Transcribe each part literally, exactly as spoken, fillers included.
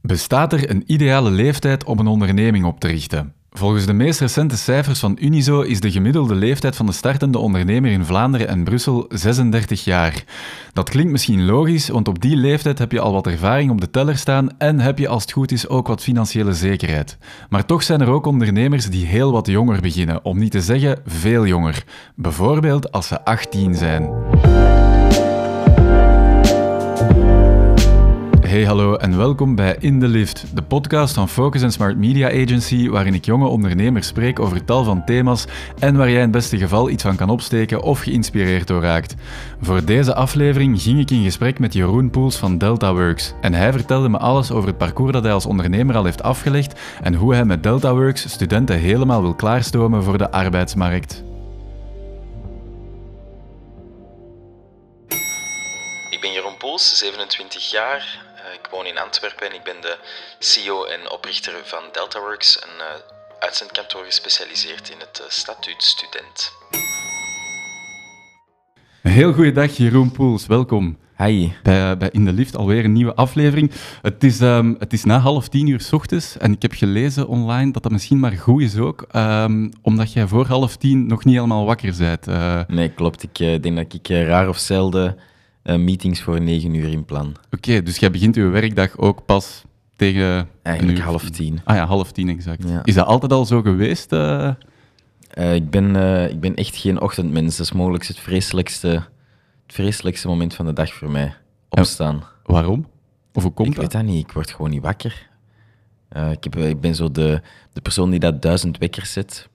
Bestaat er een ideale leeftijd om een onderneming op te richten? Volgens de meest recente cijfers van Unizo is de gemiddelde leeftijd van de startende ondernemer in Vlaanderen en Brussel zesendertig jaar. Dat klinkt misschien logisch, want op die leeftijd heb je al wat ervaring op de teller staan en heb je als het goed is ook wat financiële zekerheid. Maar toch zijn er ook ondernemers die heel wat jonger beginnen, om niet te zeggen veel jonger. Bijvoorbeeld als ze achttien zijn. Hey, hallo en welkom bij In The Lift, de podcast van Focus and Smart Media Agency, waarin ik jonge ondernemers spreek over tal van thema's en waar jij in het beste geval iets van kan opsteken of geïnspireerd door raakt. Voor deze aflevering ging ik in gesprek met Jeroen Poels van DeltaWorks en hij vertelde me alles over het parcours dat hij als ondernemer al heeft afgelegd en hoe hij met DeltaWorks studenten helemaal wil klaarstomen voor de arbeidsmarkt. Ik ben Jeroen Poels, zevenentwintig jaar. Uh, ik woon in Antwerpen en ik ben de C E O en oprichter van DeltaWorks, een uh, uitzendkantoor gespecialiseerd in het uh, statuut student. Een heel goede dag, Jeroen Poels. Welkom. Hi. Bij, bij In The Lift, alweer een nieuwe aflevering. Het is, um, het is na half tien uur 's ochtends en ik heb gelezen online dat dat misschien maar goed is ook, um, omdat jij voor half tien nog niet helemaal wakker bent. Uh... Nee, klopt. Ik uh, denk dat ik uh, raar of zelden uh, meetings voor negen uur in plan. Oké, okay, dus jij begint je werkdag ook pas tegen... Eigenlijk uur... half tien. Ah ja, half tien exact. Ja. Is dat altijd al zo geweest? Uh... Uh, ik, ben, uh, ik ben echt geen ochtendmens. Dat is mogelijk het vreselijkste, het vreselijkste moment van de dag voor mij. Opstaan. Ja, waarom? Of hoe komt ik dat? weet dat niet. Ik word gewoon niet wakker. Uh, ik, heb, ik ben zo de, de persoon die dat duizend wekkers zet.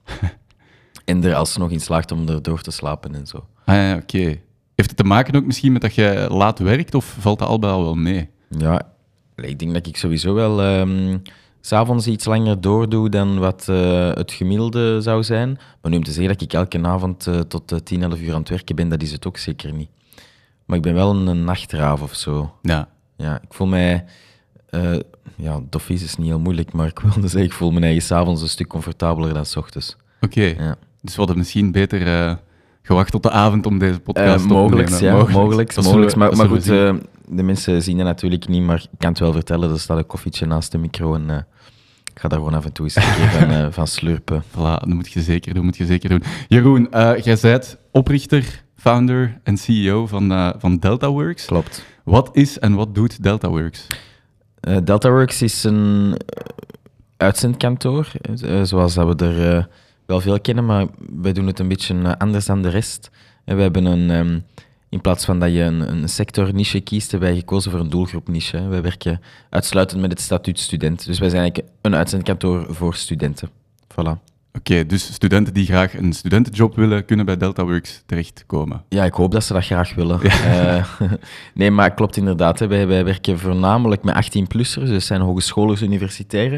En er alsnog in slaagt om erdoor te slapen en zo. Ah ja, oké. Okay. Heeft het te maken ook misschien met dat jij laat werkt of valt dat al bij al wel mee? Ja, ik denk dat ik sowieso wel um, 's avonds iets langer doordoe dan wat uh, het gemiddelde zou zijn. Maar nu om te zeggen dat ik elke avond uh, tot uh, tien, elf uur aan het werken ben, dat is het ook zeker niet. Maar ik ben wel een, een nachtraaf of zo. Ja. Ja, ik voel mij... Uh, ja, doffies is niet heel moeilijk, maar ik wilde zeggen, ik voel me eigen 's avonds een stuk comfortabeler dan 's ochtends. Oké, okay. Ja. Dus we hadden misschien beter uh, gewacht tot de avond om deze podcast uh, te mogelijk, opnemen. Ja, mogelijk, mogelijk. Maar, maar goed, uh, de mensen zien het natuurlijk niet, maar ik kan het wel vertellen. Er staat een koffietje naast de micro en uh, ik ga daar gewoon af en toe eens een keer van, uh, van slurpen. Voilà, dat moet je zeker doen, moet je zeker doen. Jeroen, uh, jij bent oprichter, founder en C E O van, uh, van DeltaWorks. Klopt. Wat is en wat doet DeltaWorks? Uh, DeltaWorks is een uh, uitzendkantoor, uh, zoals dat we er uh, wel veel kennen, maar wij doen het een beetje uh, anders dan de rest. En we hebben een, um, in plaats van dat je een, een sectorniche kiest, hebben wij gekozen voor een doelgroepniche. Wij werken uitsluitend met het statuut student. Dus wij zijn eigenlijk een uitzendkantoor voor studenten. Voilà. Oké, okay, dus studenten die graag een studentenjob willen, kunnen bij DeltaWorks terechtkomen? Ja, ik hoop dat ze dat graag willen. Ja. Uh, nee, maar het klopt inderdaad. Hè. Wij, wij werken voornamelijk met achttien-plussers, dus zijn hogeschoolers, universitairen.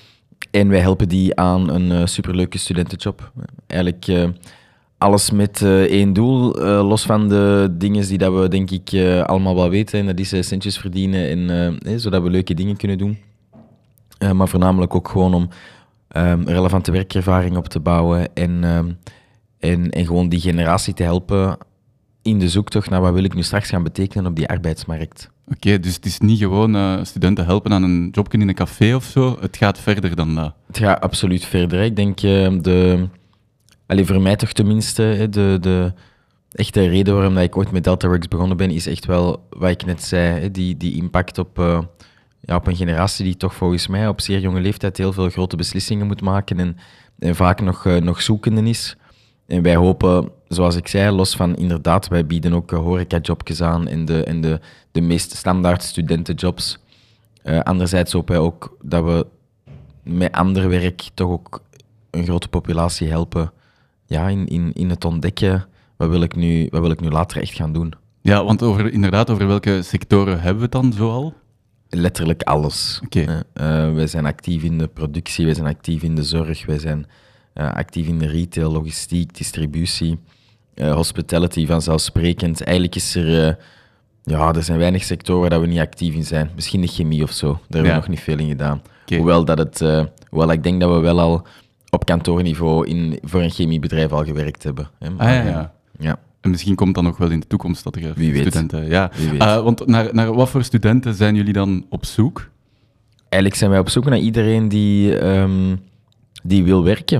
En wij helpen die aan een uh, superleuke studentenjob. Eigenlijk uh, alles met uh, één doel, uh, los van de dingen die dat we denk ik uh, allemaal wel weten. En dat is uh, centjes verdienen, en, uh, eh, zodat we leuke dingen kunnen doen. Uh, maar voornamelijk ook gewoon om um, relevante werkervaring op te bouwen en, um, en, en gewoon die generatie te helpen in de zoektocht naar wat wil ik nu straks gaan betekenen op die arbeidsmarkt. Oké, okay, dus het is niet gewoon uh, studenten helpen aan een jobje in een café of zo. Het gaat verder dan dat. Het gaat absoluut verder. Hè. Ik denk, uh, de, allez, voor mij toch tenminste, de, de echte reden waarom dat ik ooit met DeltaWorks begonnen ben, is echt wel wat ik net zei. Hè, die, die impact op, uh, ja, op een generatie die toch volgens mij op zeer jonge leeftijd heel veel grote beslissingen moet maken en, en vaak nog, uh, nog zoekende is. En wij hopen, zoals ik zei, los van inderdaad, wij bieden ook uh, horeca-jobjes aan en de, en de, de meest standaard studentenjobs. Uh, anderzijds hopen wij ook dat we met ander werk toch ook een grote populatie helpen, ja, in, in, in het ontdekken, wat wil ik nu, wat wil ik nu later echt gaan doen. Ja, want over, inderdaad, over welke sectoren hebben we het dan zoal? Letterlijk alles. Okay. Uh, uh, wij zijn actief in de productie, wij zijn actief in de zorg, wij zijn uh, actief in de retail, logistiek, distributie, uh, hospitality vanzelfsprekend. Eigenlijk is er, uh, ja, er zijn weinig sectoren waar dat we niet actief in zijn. Misschien de chemie of zo, daar hebben ja. we nog niet veel in gedaan. Okay. Hoewel, dat het, uh, hoewel ik denk dat we wel al op kantoorniveau in, voor een chemiebedrijf al gewerkt hebben. Hè? Maar, ah, ja, ja. ja. En misschien komt dan nog wel in de toekomst dat er Wie studenten... Weet. Ja. Wie weet. Uh, want naar, naar wat voor studenten zijn jullie dan op zoek? Eigenlijk zijn wij op zoek naar iedereen die, um, die wil werken.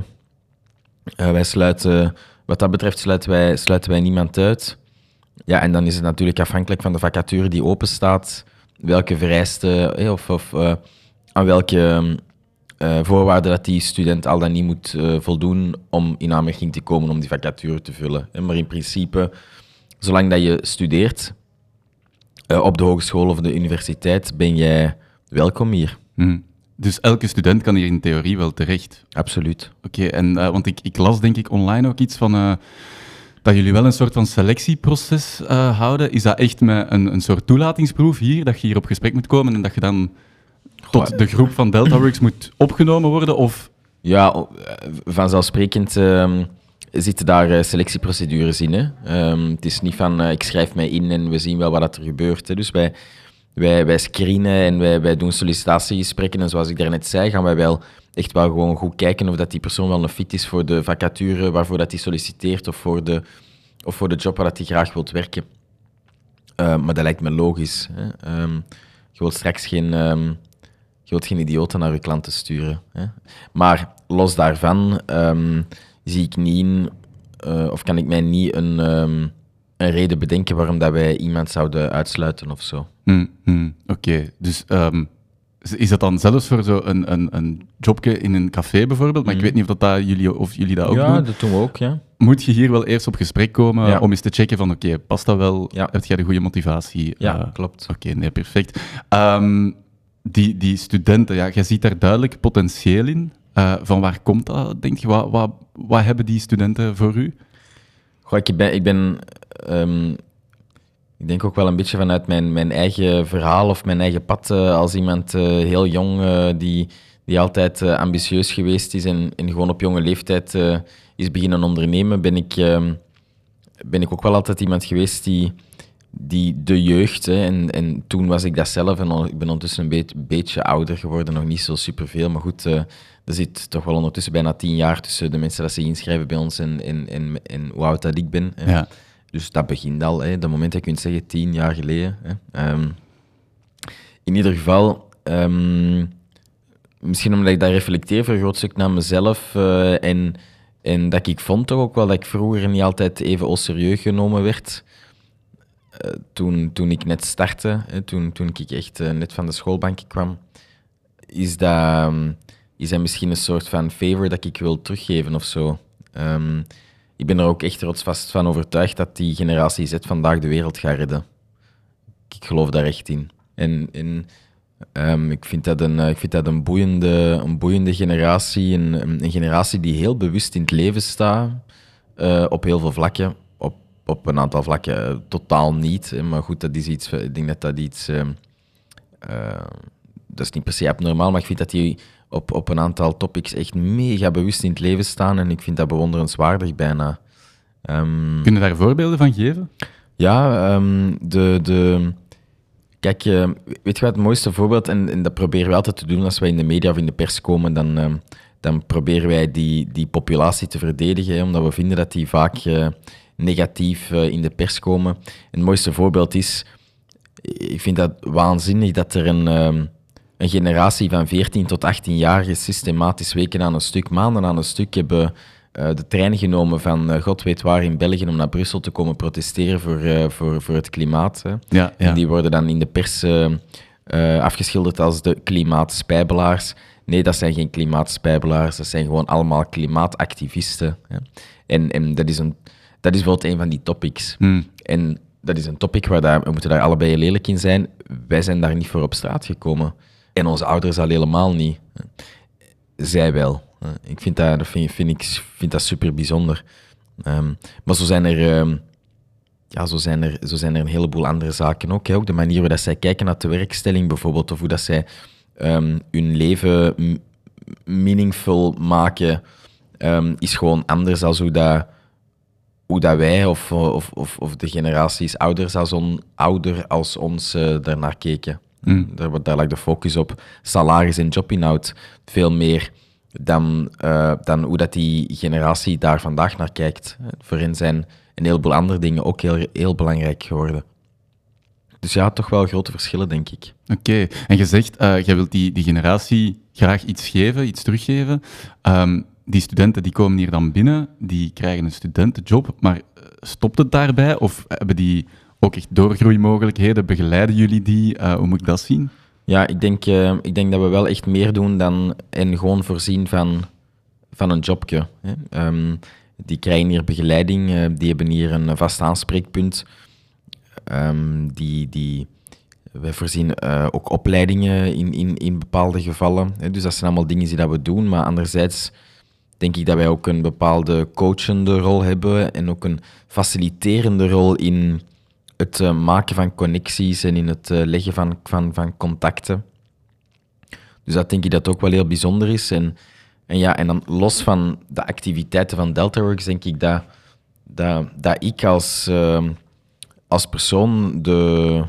Uh, wij sluiten, wat dat betreft sluiten wij, sluiten wij niemand uit. Ja, en dan is het natuurlijk afhankelijk van de vacature die open staat, welke vereisten eh, of, of uh, aan welke uh, voorwaarden dat die student al dan niet moet uh, voldoen om in aanmerking te komen om die vacature te vullen. Maar in principe, zolang dat je studeert uh, op de hogeschool of de universiteit, ben jij welkom hier. Hmm. Dus elke student kan hier in theorie wel terecht? Absoluut. Oké, okay, en uh, want ik, ik las denk ik online ook iets van uh, dat jullie wel een soort van selectieproces uh, houden. Is dat echt met een, een soort toelatingsproef hier, dat je hier op gesprek moet komen en dat je dan tot Goh. de groep van DeltaWorks moet opgenomen worden? Of? Ja, vanzelfsprekend uh, zitten daar uh, selectieprocedures in. Hè. Um, het is niet van uh, ik schrijf mij in en we zien wel wat er gebeurt. Hè. Dus wij... Wij, wij screenen en wij, wij doen sollicitatiegesprekken. En zoals ik daarnet zei, gaan wij wel echt wel gewoon goed kijken of dat die persoon wel een fit is voor de vacature waarvoor dat hij solliciteert of voor de, of voor de job waar dat hij graag wilt werken. Uh, maar dat lijkt me logisch. Hè. Um, je wilt straks geen, um, je wilt geen idioten naar je klanten sturen. Hè. Maar los daarvan um, zie ik niet in, uh, of kan ik mij niet een... Um, een reden bedenken waarom dat wij iemand zouden uitsluiten of zo. Hmm, hmm, Oké, okay. Dus um, is dat dan zelfs voor zo een, een, een jobje in een café bijvoorbeeld? Maar mm. ik weet niet of, dat dat jullie, of jullie dat ook ja, doen. Ja, dat doen we ook, ja. Moet je hier wel eerst op gesprek komen ja. om eens te checken van oké, okay, past dat wel? Ja. Heb jij de goede motivatie? Ja, uh, klopt. Oké, okay, nee, perfect. Um, die, die studenten, ja, jij ziet daar duidelijk potentieel in. Uh, van waar komt dat, denk je? Wat, wat, wat hebben die studenten voor u? Goh, ik ben... Ik ben um, ik denk ook wel een beetje vanuit mijn, mijn eigen verhaal of mijn eigen pad. Uh, als iemand uh, heel jong, uh, die, die altijd uh, ambitieus geweest is en, en gewoon op jonge leeftijd uh, is beginnen ondernemen, ben ik, uh, ben ik ook wel altijd iemand geweest die, die de jeugd... Hè, en, en toen was ik dat zelf en ik ben ondertussen een beetje, beetje ouder geworden, nog niet zo superveel, maar goed... Uh, er zit toch wel ondertussen bijna tien jaar tussen de mensen dat ze inschrijven bij ons en, en, en, en hoe oud dat ik ben. Hè. Ja. Dus dat begint al, hè. De moment dat je kunt zeggen, tien jaar geleden. Hè. Um, in ieder geval, um, misschien omdat ik dat reflecteer voor een groot stuk naar mezelf uh, en, en dat ik vond toch ook wel dat ik vroeger niet altijd even au serieus genomen werd. Uh, toen, toen ik net startte, hè, toen, toen ik echt uh, net van de schoolbank kwam, is dat... Um, is dat misschien een soort van favor dat ik wil teruggeven of zo. Um, ik ben er ook echt rotsvast van overtuigd dat die generatie Z vandaag de wereld gaat redden. Ik geloof daar echt in. En, en um, ik vind dat een, ik vind dat een, boeiende, een boeiende generatie, een, een generatie die heel bewust in het leven staat, uh, op heel veel vlakken. Op, op een aantal vlakken uh, totaal niet. Hè. Maar goed, dat is iets, ik denk dat dat iets... Uh, uh, dat is niet per se abnormaal, maar ik vind dat die... Op, op een aantal topics echt mega bewust in het leven staan en ik vind dat bewonderenswaardig bijna. Um, Kun je daar voorbeelden van geven? Ja, um, de, de... Kijk, uh, weet je wat het mooiste voorbeeld, en, en dat proberen we altijd te doen als wij in de media of in de pers komen, dan, um, dan proberen wij die, die populatie te verdedigen, hè, omdat we vinden dat die vaak uh, negatief uh, in de pers komen. En het mooiste voorbeeld is, ik vind dat waanzinnig dat er een... Um, Een generatie van veertien tot achttien-jarigen systematisch weken aan een stuk, maanden aan een stuk, hebben uh, de trein genomen van uh, god weet waar in België om naar Brussel te komen protesteren voor, uh, voor, voor het klimaat. Hè. Ja, ja. En die worden dan in de pers uh, uh, afgeschilderd als de klimaatspijbelaars. Nee, dat zijn geen klimaatspijbelaars, dat zijn gewoon allemaal klimaatactivisten. Hè. En, en dat is, een, dat is bijvoorbeeld een van die topics. Hmm. En dat is een topic waar daar, we moeten daar allebei lelijk in zijn. Wij zijn daar niet voor op straat gekomen. En onze ouders al helemaal niet. Zij wel. Ik vind dat, dat, vind, vind ik, vind dat super bijzonder. Um, maar zo zijn, er, um, ja, zo, zijn er, zo zijn er een heleboel andere zaken ook. Hè. Ook de manier waarop zij kijken naar de werkstelling bijvoorbeeld, of hoe dat zij um, hun leven m- meaningful maken, um, is gewoon anders dan hoe, dat, hoe dat wij of, of, of, of de generaties ouders als, on, ouder als ons uh, daarnaar keken. Mm. Daar, daar lag de focus op salaris en jobinhoud veel meer dan, uh, dan hoe dat die generatie daar vandaag naar kijkt. Voor hen zijn een heleboel andere dingen ook heel, heel belangrijk geworden. Dus ja, toch wel grote verschillen, denk ik. Oké, okay. En je zegt, uh, jij wilt die, die generatie graag iets geven, iets teruggeven. Um, die studenten die komen hier dan binnen, die krijgen een studentenjob, maar stopt het daarbij? Of hebben die ook echt doorgroeimogelijkheden? Begeleiden jullie die? Uh, hoe moet ik dat zien? Ja, ik denk, uh, ik denk dat we wel echt meer doen dan en gewoon voorzien van, van een jobje. Hè. Um, die krijgen hier begeleiding, uh, die hebben hier een vast aanspreekpunt. Um, die, die, wij voorzien uh, ook opleidingen in, in, in bepaalde gevallen. Hè. Dus dat zijn allemaal dingen die dat we doen. Maar anderzijds denk ik dat wij ook een bepaalde coachende rol hebben en ook een faciliterende rol in het uh, maken van connecties en in het uh, leggen van, van, van contacten. Dus dat denk ik dat ook wel heel bijzonder is. En, en, ja, en dan los van de activiteiten van DeltaWorks denk ik dat, dat, dat ik als, uh, als persoon, de,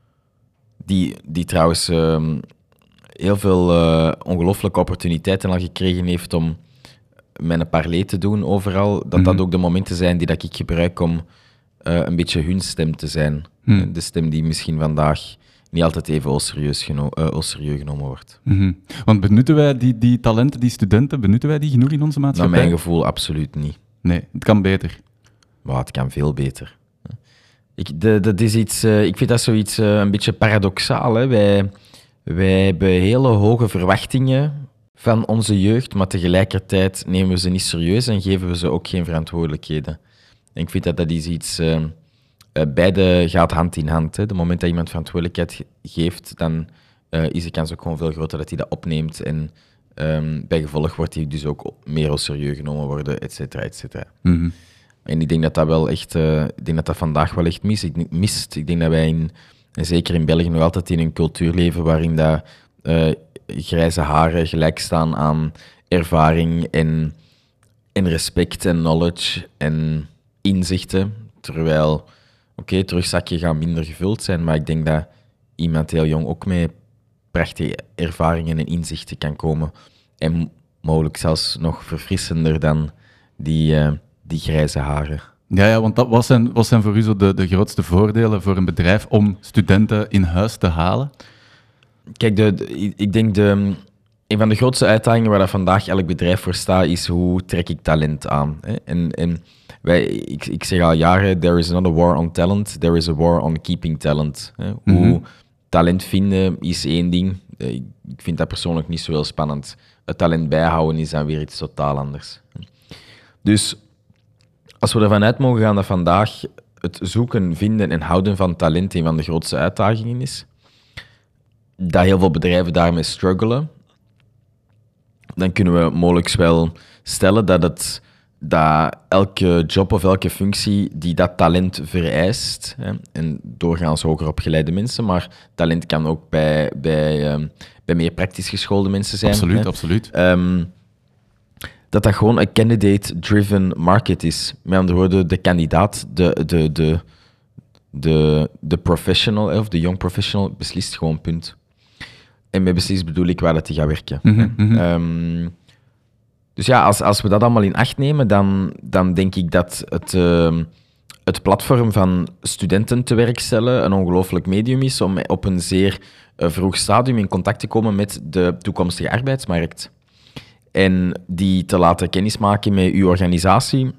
die, die trouwens uh, heel veel uh, ongelooflijke opportuniteiten al gekregen heeft om mijn parley te doen overal, dat mm-hmm. dat ook de momenten zijn die dat ik gebruik om uh, een beetje hun stem te zijn. Mm. De stem die misschien vandaag niet altijd even al serieus, geno- uh, al serieus genomen wordt. Mm-hmm. Want benutten wij die, die talenten, die studenten, benutten wij die genoeg in onze maatschappij? Naar mijn gevoel absoluut niet. Nee, het kan beter. Maar het kan veel beter. Ik, de, dat is iets, uh, ik vind dat zoiets uh, een beetje paradoxaal. Hè. Wij, wij hebben hele hoge verwachtingen van onze jeugd, maar tegelijkertijd nemen we ze niet serieus en geven we ze ook geen verantwoordelijkheden. En ik vind dat dat is iets... Uh, uh, beide gaat hand in hand. Hè. De moment dat iemand verantwoordelijkheid ge- geeft, dan uh, is de kans ook gewoon veel groter dat hij dat opneemt. En um, bij gevolg wordt hij dus ook meer als serieus genomen worden, et cetera, et cetera. Mm-hmm. En ik denk dat dat wel echt... Uh, ik denk dat dat vandaag wel echt mis, ik, mist. Ik denk dat wij, in, en zeker in België, nog altijd in een cultuur leven waarin dat... Uh, grijze haren gelijk staan aan ervaring en, en respect en knowledge en inzichten. Terwijl, oké, okay, het rugzakje gaat minder gevuld zijn, maar ik denk dat iemand heel jong ook met prachtige ervaringen en inzichten kan komen. En mogelijk zelfs nog verfrissender dan die, uh, die grijze haren. Ja, ja, want dat, wat, zijn, wat zijn voor u zo de, de grootste voordelen voor een bedrijf om studenten in huis te halen? Kijk, de, de, ik denk de, een van de grootste uitdagingen waar dat vandaag elk bedrijf voor staat, is hoe trek ik talent aan. Hè? En, en wij, ik, ik zeg al jaren, there is not a war on talent, there is a war on keeping talent. Hè? Hoe mm-hmm. talent vinden is één ding. Ik vind dat persoonlijk niet zo heel spannend. Het talent bijhouden is dan weer iets totaal anders. Dus als we ervan uit mogen gaan dat vandaag het zoeken, vinden en houden van talent een van de grootste uitdagingen is, dat heel veel bedrijven daarmee struggelen, dan kunnen we mogelijk wel stellen dat, het, dat elke job of elke functie die dat talent vereist, hè, en doorgaans hoger opgeleide mensen, maar talent kan ook bij, bij, um, bij meer praktisch geschoolde mensen zijn. Absoluut, hè, absoluut. Um, dat dat gewoon een candidate-driven market is. Met andere woorden, de kandidaat, de, de, de, de, de professional, of de young professional, beslist gewoon, punt. En met beslist bedoel ik waar dat die gaat werken. Mm-hmm, mm-hmm. Um, dus ja, als, als we dat allemaal in acht nemen, dan, dan denk ik dat het, uh, het platform van studenten te werk stellen een ongelooflijk medium is om op een zeer uh, vroeg stadium in contact te komen met de toekomstige arbeidsmarkt. En die te laten kennismaken met uw organisatie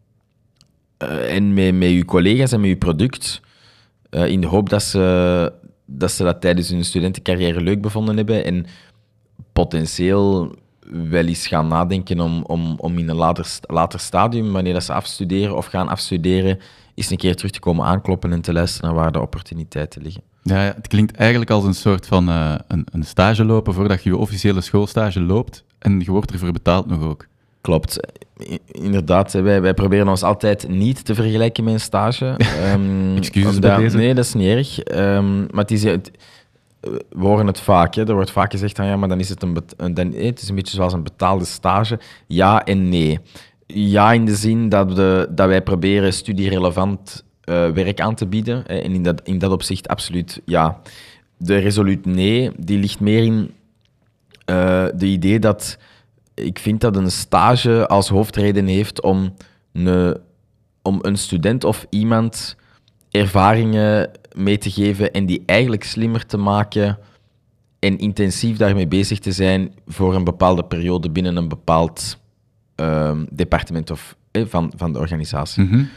uh, en met, met uw collega's en met uw product, uh, in de hoop dat ze... dat ze dat tijdens hun studentencarrière leuk bevonden hebben en potentieel wel eens gaan nadenken om, om, om in een later, later stadium, wanneer dat ze afstuderen of gaan afstuderen, eens een keer terug te komen aankloppen en te luisteren naar waar de opportuniteiten liggen. Ja, ja, het klinkt eigenlijk als een soort van uh, een, een stage lopen voordat je je officiële schoolstage loopt en je wordt ervoor betaald nog ook. Klopt. I- inderdaad, wij, wij proberen ons altijd niet te vergelijken met een stage. Um, Excuses omdat, bij deze. Nee, dat is niet erg. Um, maar het is, het, we horen het vaak. Hè. Er wordt vaak gezegd, van, ja, maar dan is het, een bet- dan, het is een beetje zoals een betaalde stage. Ja en nee. Ja, in de zin dat, we, dat wij proberen studierelevant uh, werk aan te bieden. Hè. En in dat, in dat opzicht absoluut ja. De resoluut nee, die ligt meer in uh, de idee dat ik vind dat een stage als hoofdreden heeft om een, om een student of iemand ervaringen mee te geven en die eigenlijk slimmer te maken en intensief daarmee bezig te zijn voor een bepaalde periode binnen een bepaald um, departement of, eh, van, van de organisatie. Mm-hmm.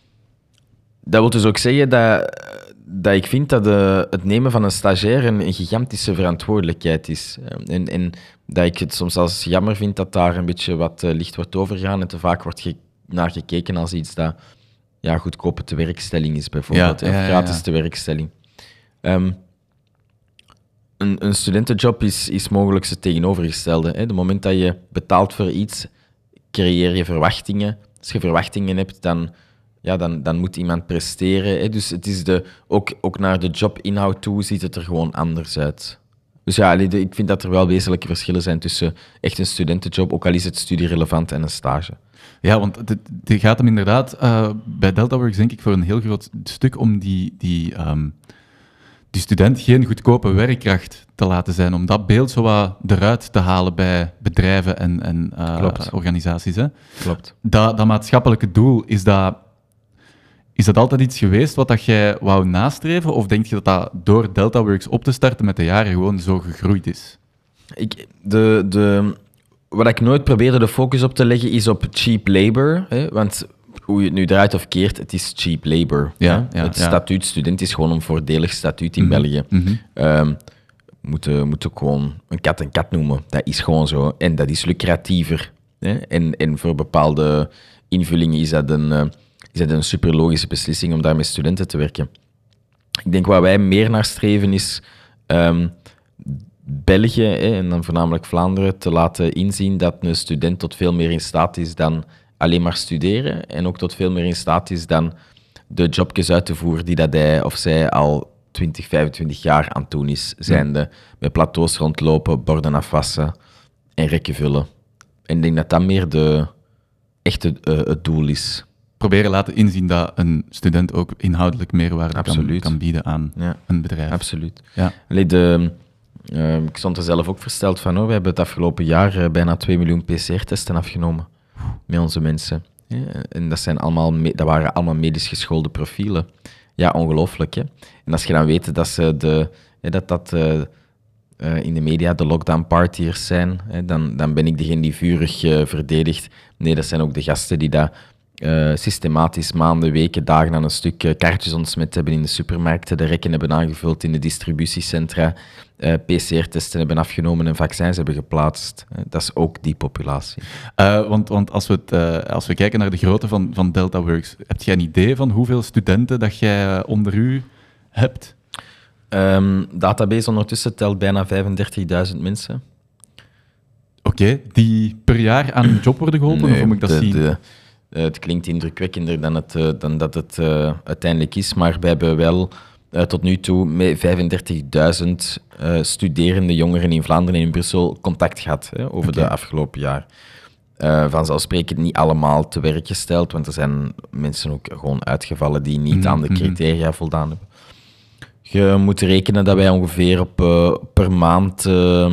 Dat wil dus ook zeggen dat, dat ik vind dat de, het nemen van een stagiair een, een gigantische verantwoordelijkheid is. En, en dat ik het soms als jammer vind dat daar een beetje wat uh, licht wordt overgegaan en te vaak wordt ge- naar gekeken als iets dat ja, goedkope tewerkstelling is, bijvoorbeeld. Ja, Of ja, ja, gratis ja. tewerkstelling. Um, een, een studentenjob is, is mogelijk het tegenovergestelde. Hè. De moment dat je betaalt voor iets, creëer je verwachtingen. Als je verwachtingen hebt, dan... Ja, dan, dan moet iemand presteren. Hè. Dus het is de, ook, ook naar de jobinhoud toe ziet het er gewoon anders uit. Dus ja, ik vind dat er wel wezenlijke verschillen zijn tussen echt een studentenjob, ook al is het studierelevant, en een stage. Ja, want het, het gaat hem inderdaad uh, bij DeltaWorks denk ik voor een heel groot stuk om die, die, um, die student geen goedkope werkkracht te laten zijn, om dat beeld zo wat eruit te halen bij bedrijven en, en uh, organisaties. Hè. Klopt. Dat, dat maatschappelijke doel, is dat... Is dat altijd iets geweest wat dat jij wou nastreven? Of denk je dat dat door DeltaWorks op te starten met de jaren gewoon zo gegroeid is? Ik, de, de, wat ik nooit probeerde de focus op te leggen is op cheap labor. Hè? Want hoe je het nu draait of keert, het is cheap labor. Ja, hè? ja, het ja. statuut student is gewoon een voordelig statuut in Mm-hmm. België. Mm-hmm. Um, moeten moet ook gewoon een kat een kat noemen. Dat is gewoon zo. En dat is lucratiever. Hè? En, en voor bepaalde invullingen is dat een... Uh, is dat een super logische beslissing om daar met studenten te werken. Ik denk wat wij meer naar streven is um, België, hè, en dan voornamelijk Vlaanderen, te laten inzien dat een student tot veel meer in staat is dan alleen maar studeren en ook tot veel meer in staat is dan de jobjes uit te voeren die dat hij of zij al twintig, vijfentwintig jaar aan het doen is. Zijnde met plateaus rondlopen, borden afwassen en rekken vullen. En ik denk dat dat meer de, echt het, uh, het doel is. Proberen laten inzien dat een student ook inhoudelijk meerwaarde kan, kan bieden aan ja, een bedrijf. Absoluut. Ja. Allee, de, uh, ik stond er zelf ook versteld van. Hoor. We hebben het afgelopen jaar uh, bijna twee miljoen P C R-testen afgenomen met onze mensen. Ja, en dat, zijn allemaal me- dat waren allemaal medisch geschoolde profielen. Ja, ongelooflijk. Hè? En als je dan weet dat ze de, ja, dat, dat uh, uh, in de media de lockdown-partiers zijn, hè, dan, dan ben ik degene die vurig uh, verdedigt. Nee, dat zijn ook de gasten die dat Uh, systematisch maanden, weken, dagen aan een stuk uh, kaartjes ontsmet hebben in de supermarkten, de rekken hebben aangevuld in de distributiecentra, uh, P C R-testen hebben afgenomen en vaccins hebben geplaatst. Uh, dat is ook die populatie. Uh, want want als, we het, uh, als we kijken naar de grootte van, van DeltaWorks, heb jij een idee van hoeveel studenten dat jij onder u hebt? Um, database ondertussen telt bijna vijfendertigduizend mensen. Oké, okay, die per jaar aan een job worden geholpen, nee, of hoe moet ik dat de, zien? De, Uh, het klinkt indrukwekkender dan, het, uh, dan dat het uh, uiteindelijk is, maar we hebben wel uh, tot nu toe met vijfendertigduizend uh, studerende jongeren in Vlaanderen en in Brussel contact gehad hè, over okay. de afgelopen jaar. Uh, vanzelfsprekend niet allemaal te werk gesteld, want er zijn mensen ook gewoon uitgevallen die niet mm-hmm. aan de criteria voldaan hebben. Je moet rekenen dat wij ongeveer op uh, per maand uh,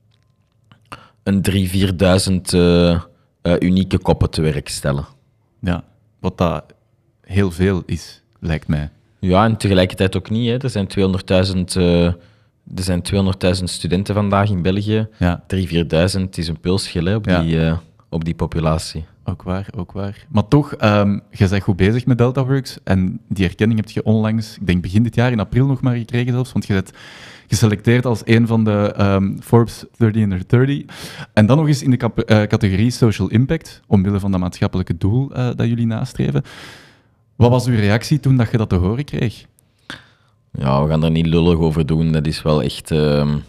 een drieduizend, vierduizend uh, uh, unieke koppen te werk stellen. Ja, wat dat heel veel is, lijkt mij. Ja, en tegelijkertijd ook niet. Hè. Er zijn tweehonderdduizend, uh, er zijn tweehonderdduizend studenten vandaag in België. Ja. drieduizend, vierduizend is een pulsschil hè, op, ja. die, uh, op die populatie. Ook waar, ook waar. Maar toch, um, je bent goed bezig met DeltaWorks en die erkenning heb je onlangs, ik denk begin dit jaar, in april nog maar gekregen zelfs, want je bent geselecteerd als een van de um, Forbes dertig under dertig. En dan nog eens in de kap- uh, categorie Social Impact, omwille van dat maatschappelijke doel uh, dat jullie nastreven. Wat was uw reactie toen dat je dat te horen kreeg? Ja, we gaan er niet lullig over doen. Dat is wel echt... Um...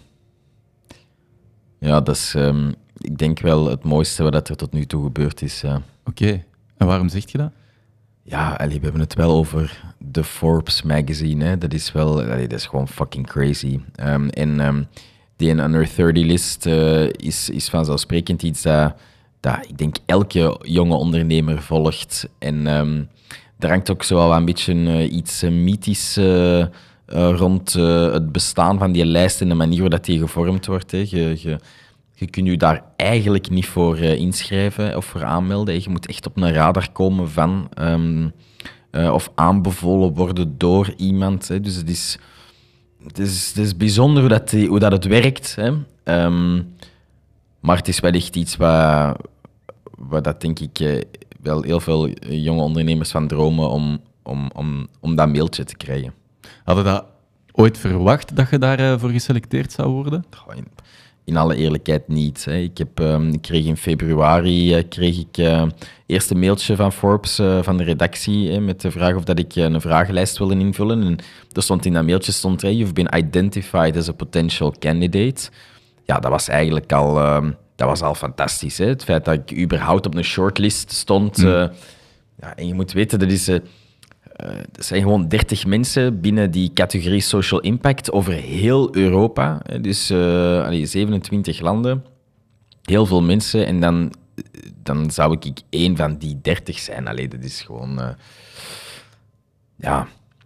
Ja, dat is... Um... Ik denk wel het mooiste wat er tot nu toe gebeurd is. Ja. Oké, okay. En waarom zeg je dat? Ja, allee, we hebben het wel over de Forbes magazine. Hè. Dat is wel, allee, dat is gewoon fucking crazy. Um, en um, die under dertig list uh, is, is vanzelfsprekend iets dat, dat ik denk elke jonge ondernemer volgt. En um, er hangt ook zo wel een beetje uh, iets uh, mythisch uh, uh, rond uh, het bestaan van die lijst en de manier waarop die gevormd wordt. Hè. Je, je, Je kunt je daar eigenlijk niet voor uh, inschrijven of voor aanmelden. Je moet echt op een radar komen van um, uh, of aanbevolen worden door iemand. Hè. Dus het is, het, is, het is bijzonder hoe dat, die, hoe dat het werkt. Hè. Um, maar het is wel echt iets waar, waar dat denk ik uh, wel heel veel jonge ondernemers van dromen om, om, om, om dat mailtje te krijgen. Hadden dat ooit verwacht dat je daarvoor uh, geselecteerd zou worden? Goh, in, in alle eerlijkheid niet. Hè. Ik, heb, um, ik kreeg in februari uh, kreeg ik uh, eerst een mailtje van Forbes, uh, van de redactie, hè, met de vraag of dat ik uh, een vragenlijst wilde invullen. En er stond in dat mailtje, stond, hey, you've been identified as a potential candidate. Ja, dat was eigenlijk al, uh, dat was al fantastisch. Hè. Het feit dat ik überhaupt op een shortlist stond. Mm. Uh, ja, en je moet weten, dat is... Uh, Uh, er zijn gewoon dertig mensen binnen die categorie social impact over heel Europa. Dus uh, allee, zevenentwintig landen. Heel veel mensen. En dan, dan zou ik één van die dertig zijn. Allee, dat is gewoon... Uh, ja...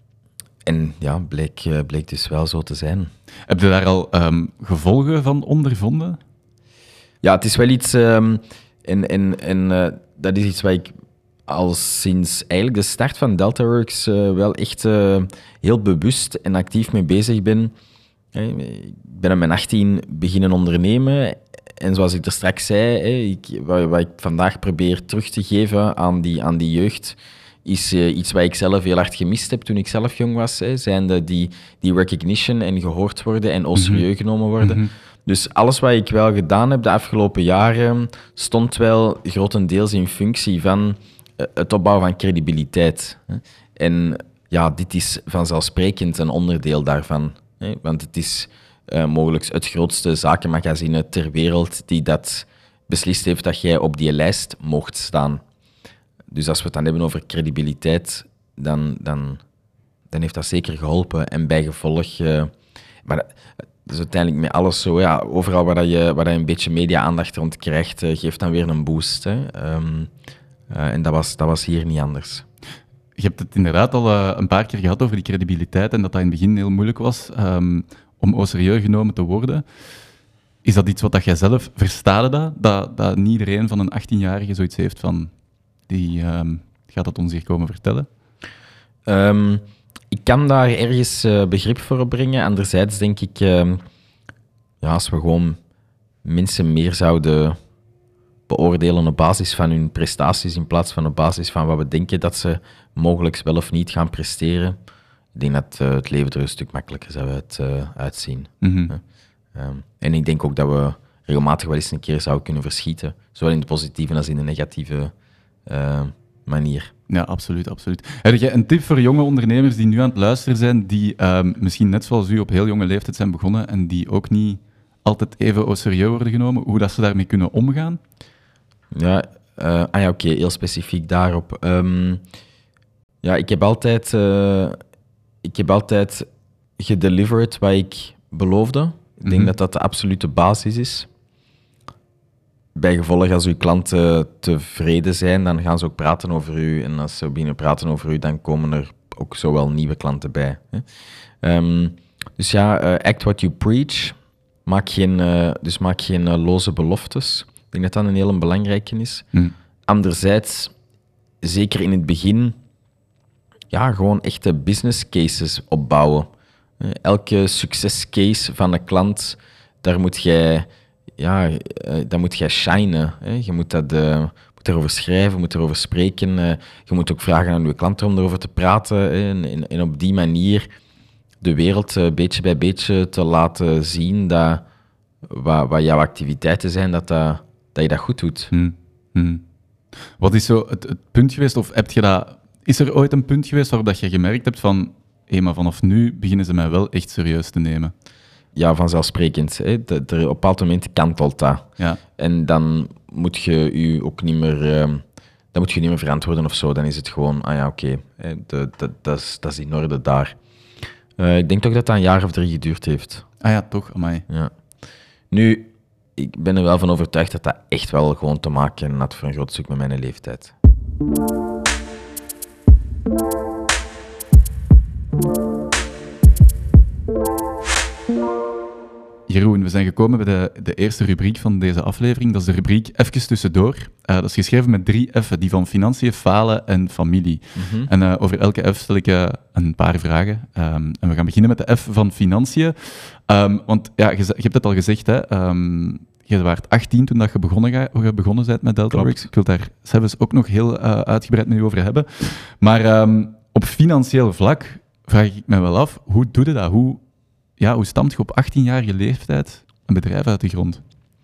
En ja, bleek, uh, bleek dus wel zo te zijn. Heb je daar al um, gevolgen van ondervonden? Ja, het is wel iets... Um, en en, en uh, dat is iets wat ik... al sinds eigenlijk de start van Deltaworks uh, wel echt uh, heel bewust en actief mee bezig ben. Ik ben op mijn achttien beginnen ondernemen. En zoals ik er straks zei, ik, wat, wat ik vandaag probeer terug te geven aan die, aan die jeugd, is uh, iets wat ik zelf heel hard gemist heb toen ik zelf jong was. Hè, zijnde die, die recognition en gehoord worden en au serieus mm-hmm. genomen worden. Mm-hmm. Dus alles wat ik wel gedaan heb de afgelopen jaren, stond wel grotendeels in functie van het opbouwen van credibiliteit. En ja, dit is vanzelfsprekend een onderdeel daarvan. Want het is uh, mogelijk het grootste zakenmagazine ter wereld die dat beslist heeft dat jij op die lijst mocht staan. Dus als we het dan hebben over credibiliteit, dan, dan, dan heeft dat zeker geholpen. En bijgevolg... Uh, maar dat is uiteindelijk met alles zo. Ja, overal waar, dat je, waar dat je een beetje media-aandacht rond krijgt, uh, geeft dan weer een boost. Hè. Um, Uh, en dat was, dat was hier niet anders. Je hebt het inderdaad al uh, een paar keer gehad over die credibiliteit en dat dat in het begin heel moeilijk was um, om au serieus genomen te worden. Is dat iets wat dat jij zelf verstaat, dat, dat, dat niet iedereen van een achttienjarige zoiets heeft van, die um, gaat dat ons hier komen vertellen? Um, ik kan daar ergens uh, begrip voor opbrengen. Anderzijds denk ik, uh, ja, als we gewoon mensen meer zouden beoordelen op basis van hun prestaties in plaats van op basis van wat we denken dat ze mogelijk wel of niet gaan presteren. Ik denk dat uh, het leven er een stuk makkelijker zou uit, uh, uitzien. Mm-hmm. Uh, um, en ik denk ook dat we regelmatig wel eens een keer zouden kunnen verschieten. Zowel in de positieve als in de negatieve uh, manier. Ja, absoluut, absoluut. Heb jij een tip voor jonge ondernemers die nu aan het luisteren zijn, die um, misschien net zoals u op heel jonge leeftijd zijn begonnen en die ook niet altijd even au serieus worden genomen, hoe dat ze daarmee kunnen omgaan? Ja, uh, ah ja, oké, okay, heel specifiek daarop. Um, ja, ik heb altijd, uh, ik heb altijd gedelivered wat ik beloofde. Ik denk mm-hmm. dat dat de absolute basis is. Bijgevolg, als uw klanten tevreden zijn, dan gaan ze ook praten over u. En als ze beginnen praten over u, dan komen er ook zowel nieuwe klanten bij. Hè. Um, dus ja, uh, act what you preach. Maak geen, uh, dus maak geen uh, loze beloftes. Ik denk dat dat een heel belangrijke is. Mm. Anderzijds, zeker in het begin, ja, gewoon echte business cases opbouwen. Elke succescase van een klant, daar moet jij, ja, daar moet jij shinen. Je moet, dat, uh, moet daarover schrijven, je moet erover spreken. Je moet ook vragen aan je klanten om erover te praten. En, en op die manier de wereld uh, beetje bij beetje te laten zien dat wat, wat jouw activiteiten zijn, dat dat... dat je dat goed doet. Hmm. Hmm. Wat is zo het, het punt geweest, of heb je dat, is er ooit een punt geweest waarop dat je gemerkt hebt van, hé, maar vanaf nu beginnen ze mij wel echt serieus te nemen? Ja, vanzelfsprekend. Hè. De, de, op een bepaald moment kantelt dat. Ja. En dan moet je je ook niet meer, uh, dan moet je niet meer verantwoorden of zo. Dan is het gewoon, ah ja, oké, okay, dat is, dat is in orde daar. Uh, ik denk toch dat dat een jaar of drie geduurd heeft. Ah ja, toch? Amai. Ja. Nu... Ik ben er wel van overtuigd dat dat echt wel gewoon te maken had voor een groot stuk met mijn leeftijd. Jeroen, we zijn gekomen bij de, de eerste rubriek van deze aflevering. Dat is de rubriek Even tussendoor. Uh, dat is geschreven met drie F'en, die van financiën, falen en familie. Mhm. En uh, over elke F stel ik uh, een paar vragen. Um, en we gaan beginnen met de F van financiën. Um, want ja, je, je hebt het al gezegd, hè. Um, je was achttien toen dat je begonnen, ga, begonnen bent met DeltaWorks. Ik wil daar zelfs ook nog heel uh, uitgebreid met u over hebben. Maar um, op financieel vlak vraag ik me wel af, hoe doe je dat? Hoe, ja, hoe stamt je op achttienjarige leeftijd een bedrijf uit de grond?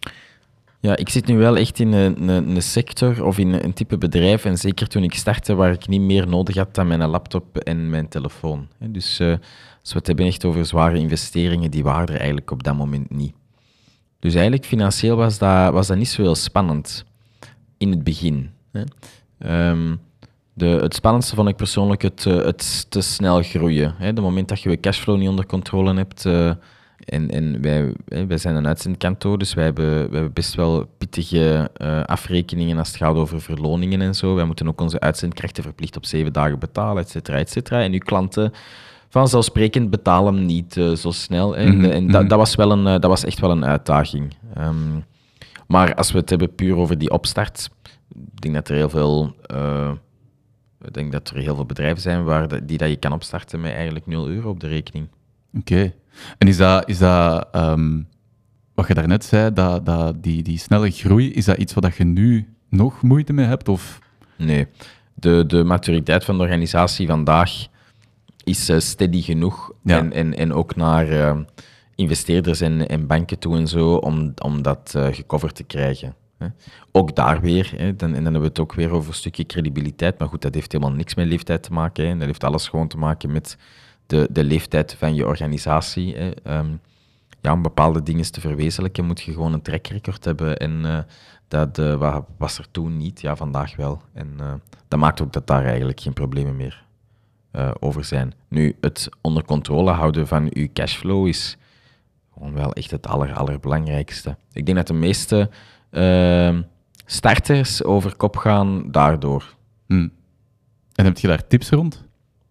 Ja, ik zit nu wel echt in een, een, een sector of in een type bedrijf, en zeker toen ik startte, waar ik niet meer nodig had dan mijn laptop en mijn telefoon. Dus uh, als we het hebben echt over zware investeringen, die waren er eigenlijk op dat moment niet. Dus eigenlijk financieel was dat, was dat niet zo heel spannend in het begin. Hè. Um, de, het spannendste vond ik persoonlijk het, het te snel groeien. Hè. De moment dat je je cashflow niet onder controle hebt. Uh, en en wij, wij zijn een uitzendkantoor, dus wij hebben, wij hebben best wel pittige uh, afrekeningen als het gaat over verloningen en zo. Wij moeten ook onze uitzendkrachten verplicht op zeven dagen betalen, et cetera, et cetera. En uw klanten vanzelfsprekend betalen niet uh, zo snel. Hè. Mm-hmm. En, en dat, dat, was wel een, uh, dat was echt wel een uitdaging. Um, maar als we het hebben puur over die opstart, ik denk dat er heel veel, uh, ik denk dat er heel veel bedrijven zijn waar de, die dat je kan opstarten met eigenlijk nul euro op de rekening. Oké. Okay. En is dat, is dat um, wat je daarnet zei, dat, dat die, die snelle groei, is dat iets wat je nu nog moeite mee hebt? Of? Nee. De, de maturiteit van de organisatie vandaag is uh, steady genoeg. Ja. En, en, en ook naar uh, investeerders en, en banken toe en zo, om, om dat uh, gecoverd te krijgen. Hè. Ook daar weer, hè, dan, en dan hebben we het ook weer over een stukje credibiliteit. Maar goed, dat heeft helemaal niks met leeftijd te maken. Hè. Dat heeft alles gewoon te maken met de, de leeftijd van je organisatie. Hè. Um, ja, om bepaalde dingen te verwezenlijken moet je gewoon een track record hebben. En uh, dat uh, was er toen niet, ja, vandaag wel. En uh, dat maakt ook dat daar eigenlijk geen problemen meer uh, over zijn. Nu, het onder controle houden van je cashflow is gewoon wel echt het aller, allerbelangrijkste. Ik denk dat de meeste uh, starters over kop gaan daardoor. Hmm. En heb je daar tips rond?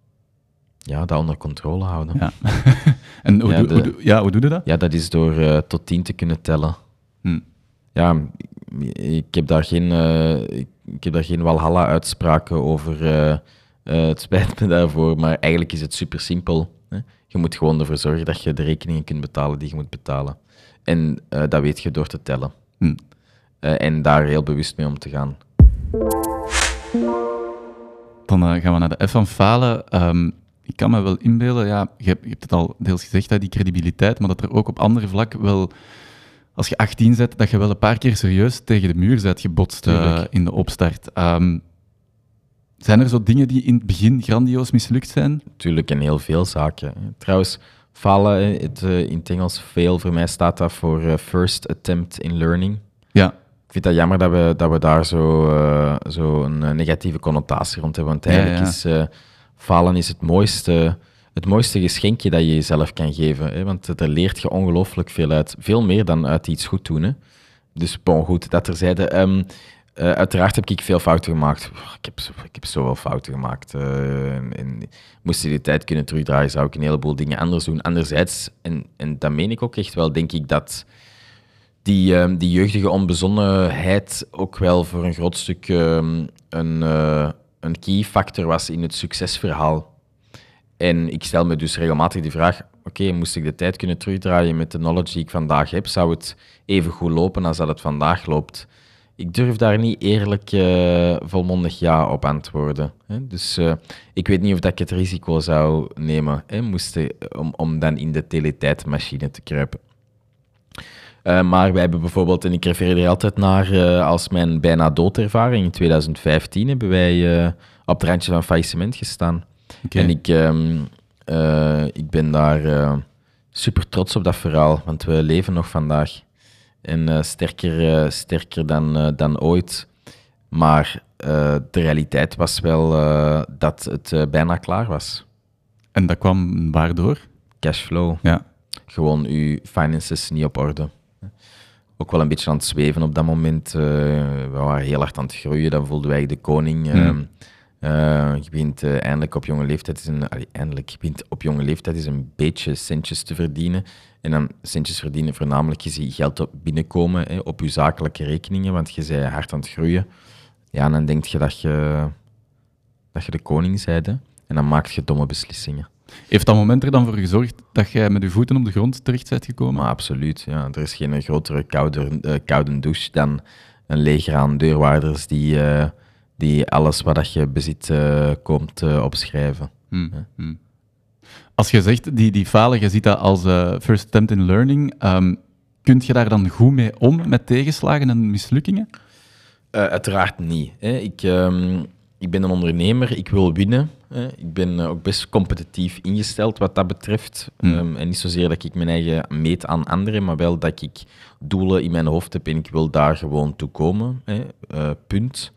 Ja, dat onder controle houden. Ja. En hoe, ja, do, de, hoe, do, ja, hoe doe je dat? Ja, dat is door uh, tot tien te kunnen tellen. Hmm. Ja, ik heb daar geen, uh, ik heb daar geen walhalla-uitspraken over. Uh, uh, het spijt me daarvoor, maar eigenlijk is het super simpel. Hè? Je moet gewoon ervoor zorgen dat je de rekeningen kunt betalen die je moet betalen. En uh, dat weet je door te tellen. Hmm. Uh, en daar heel bewust mee om te gaan. Dan uh, gaan we naar de F van falen. Um, ik kan me wel inbeelden, ja, je hebt, je hebt het al deels gezegd, hè, die credibiliteit, maar dat er ook op andere vlakken wel, als je achttien bent, dat je wel een paar keer serieus tegen de muur bent gebotst uh, in de opstart. Um, zijn er zo dingen die in het begin grandioos mislukt zijn? Tuurlijk, en heel veel zaken. Trouwens, falen, het, uh, in het Engels fail, voor mij staat dat voor uh, first attempt in learning. Ja. Ik vind dat jammer dat we, dat we daar zo, uh, zo een uh, negatieve connotatie rond hebben, want eigenlijk ja, ja. is uh, falen is het mooiste, het mooiste geschenkje dat je jezelf kan geven, hè? Want daar leert je ongelooflijk veel uit. Veel meer dan uit iets goed doen. Hè? Dus bon, goed, dat terzijde. Um, uh, uiteraard heb ik veel fouten gemaakt. Ik heb, ik heb zoveel fouten gemaakt. Uh, en, en moest je die tijd kunnen terugdraaien, zou ik een heleboel dingen anders doen. Anderzijds, en, en dat meen ik ook echt wel, denk ik dat die, um, die jeugdige onbezonnenheid ook wel voor een groot stuk um, een, uh, een key factor was in het succesverhaal. En ik stel me dus regelmatig de vraag, oké, okay, moest ik de tijd kunnen terugdraaien met de knowledge die ik vandaag heb, zou het even goed lopen als dat het vandaag loopt? Ik durf daar niet eerlijk uh, volmondig ja op antwoorden. Hè? Dus uh, ik weet niet of dat ik het risico zou nemen, hè, moest ik, om, om dan in de teletijdmachine te kruipen. Uh, maar wij hebben bijvoorbeeld, en ik refereer er altijd naar uh, als mijn bijna doodervaring. In twintig vijftien hebben wij uh, op het randje van faillissement gestaan. Okay. En ik, um, uh, ik ben daar uh, super trots op dat verhaal, want we leven nog vandaag. En uh, sterker, uh, sterker dan, uh, dan ooit. Maar uh, de realiteit was wel uh, dat het uh, bijna klaar was. En dat kwam waardoor? Cashflow. Ja. Gewoon uw finances niet op orde. Ook wel een beetje aan het zweven op dat moment. Uh, we waren heel hard aan het groeien, dan voelden wij de koning. Uh, mm. Uh, je begint uh, eindelijk op jonge leeftijd is een, allee, eindelijk, je begint op jonge leeftijd is een beetje centjes te verdienen. En dan centjes verdienen voornamelijk je ziet geld op binnenkomen hè, op je zakelijke rekeningen, want je bent hard aan het groeien. Ja, en dan denk je dat je, dat je de koning bent, hè, en dan maak je domme beslissingen. Heeft dat moment er dan voor gezorgd dat jij met je voeten op de grond terecht bent gekomen? Maar absoluut, ja. Er is geen grotere koude, uh, koude douche dan een leger aan deurwaarders die, uh, die alles wat je bezit uh, komt uh, opschrijven. Hmm. Ja. Hmm. Als je zegt, die, die falen, je ziet dat als uh, first attempt in learning, um, kun je daar dan goed mee om met tegenslagen en mislukkingen? Uh, uiteraard niet. Hè. Ik, um, ik ben een ondernemer, ik wil winnen. Hè. Ik ben uh, ook best competitief ingesteld wat dat betreft. Mm. Um, en niet zozeer dat ik mijn eigen meet aan anderen, maar wel dat ik doelen in mijn hoofd heb en ik wil daar gewoon toe komen. Hè. Uh, punt.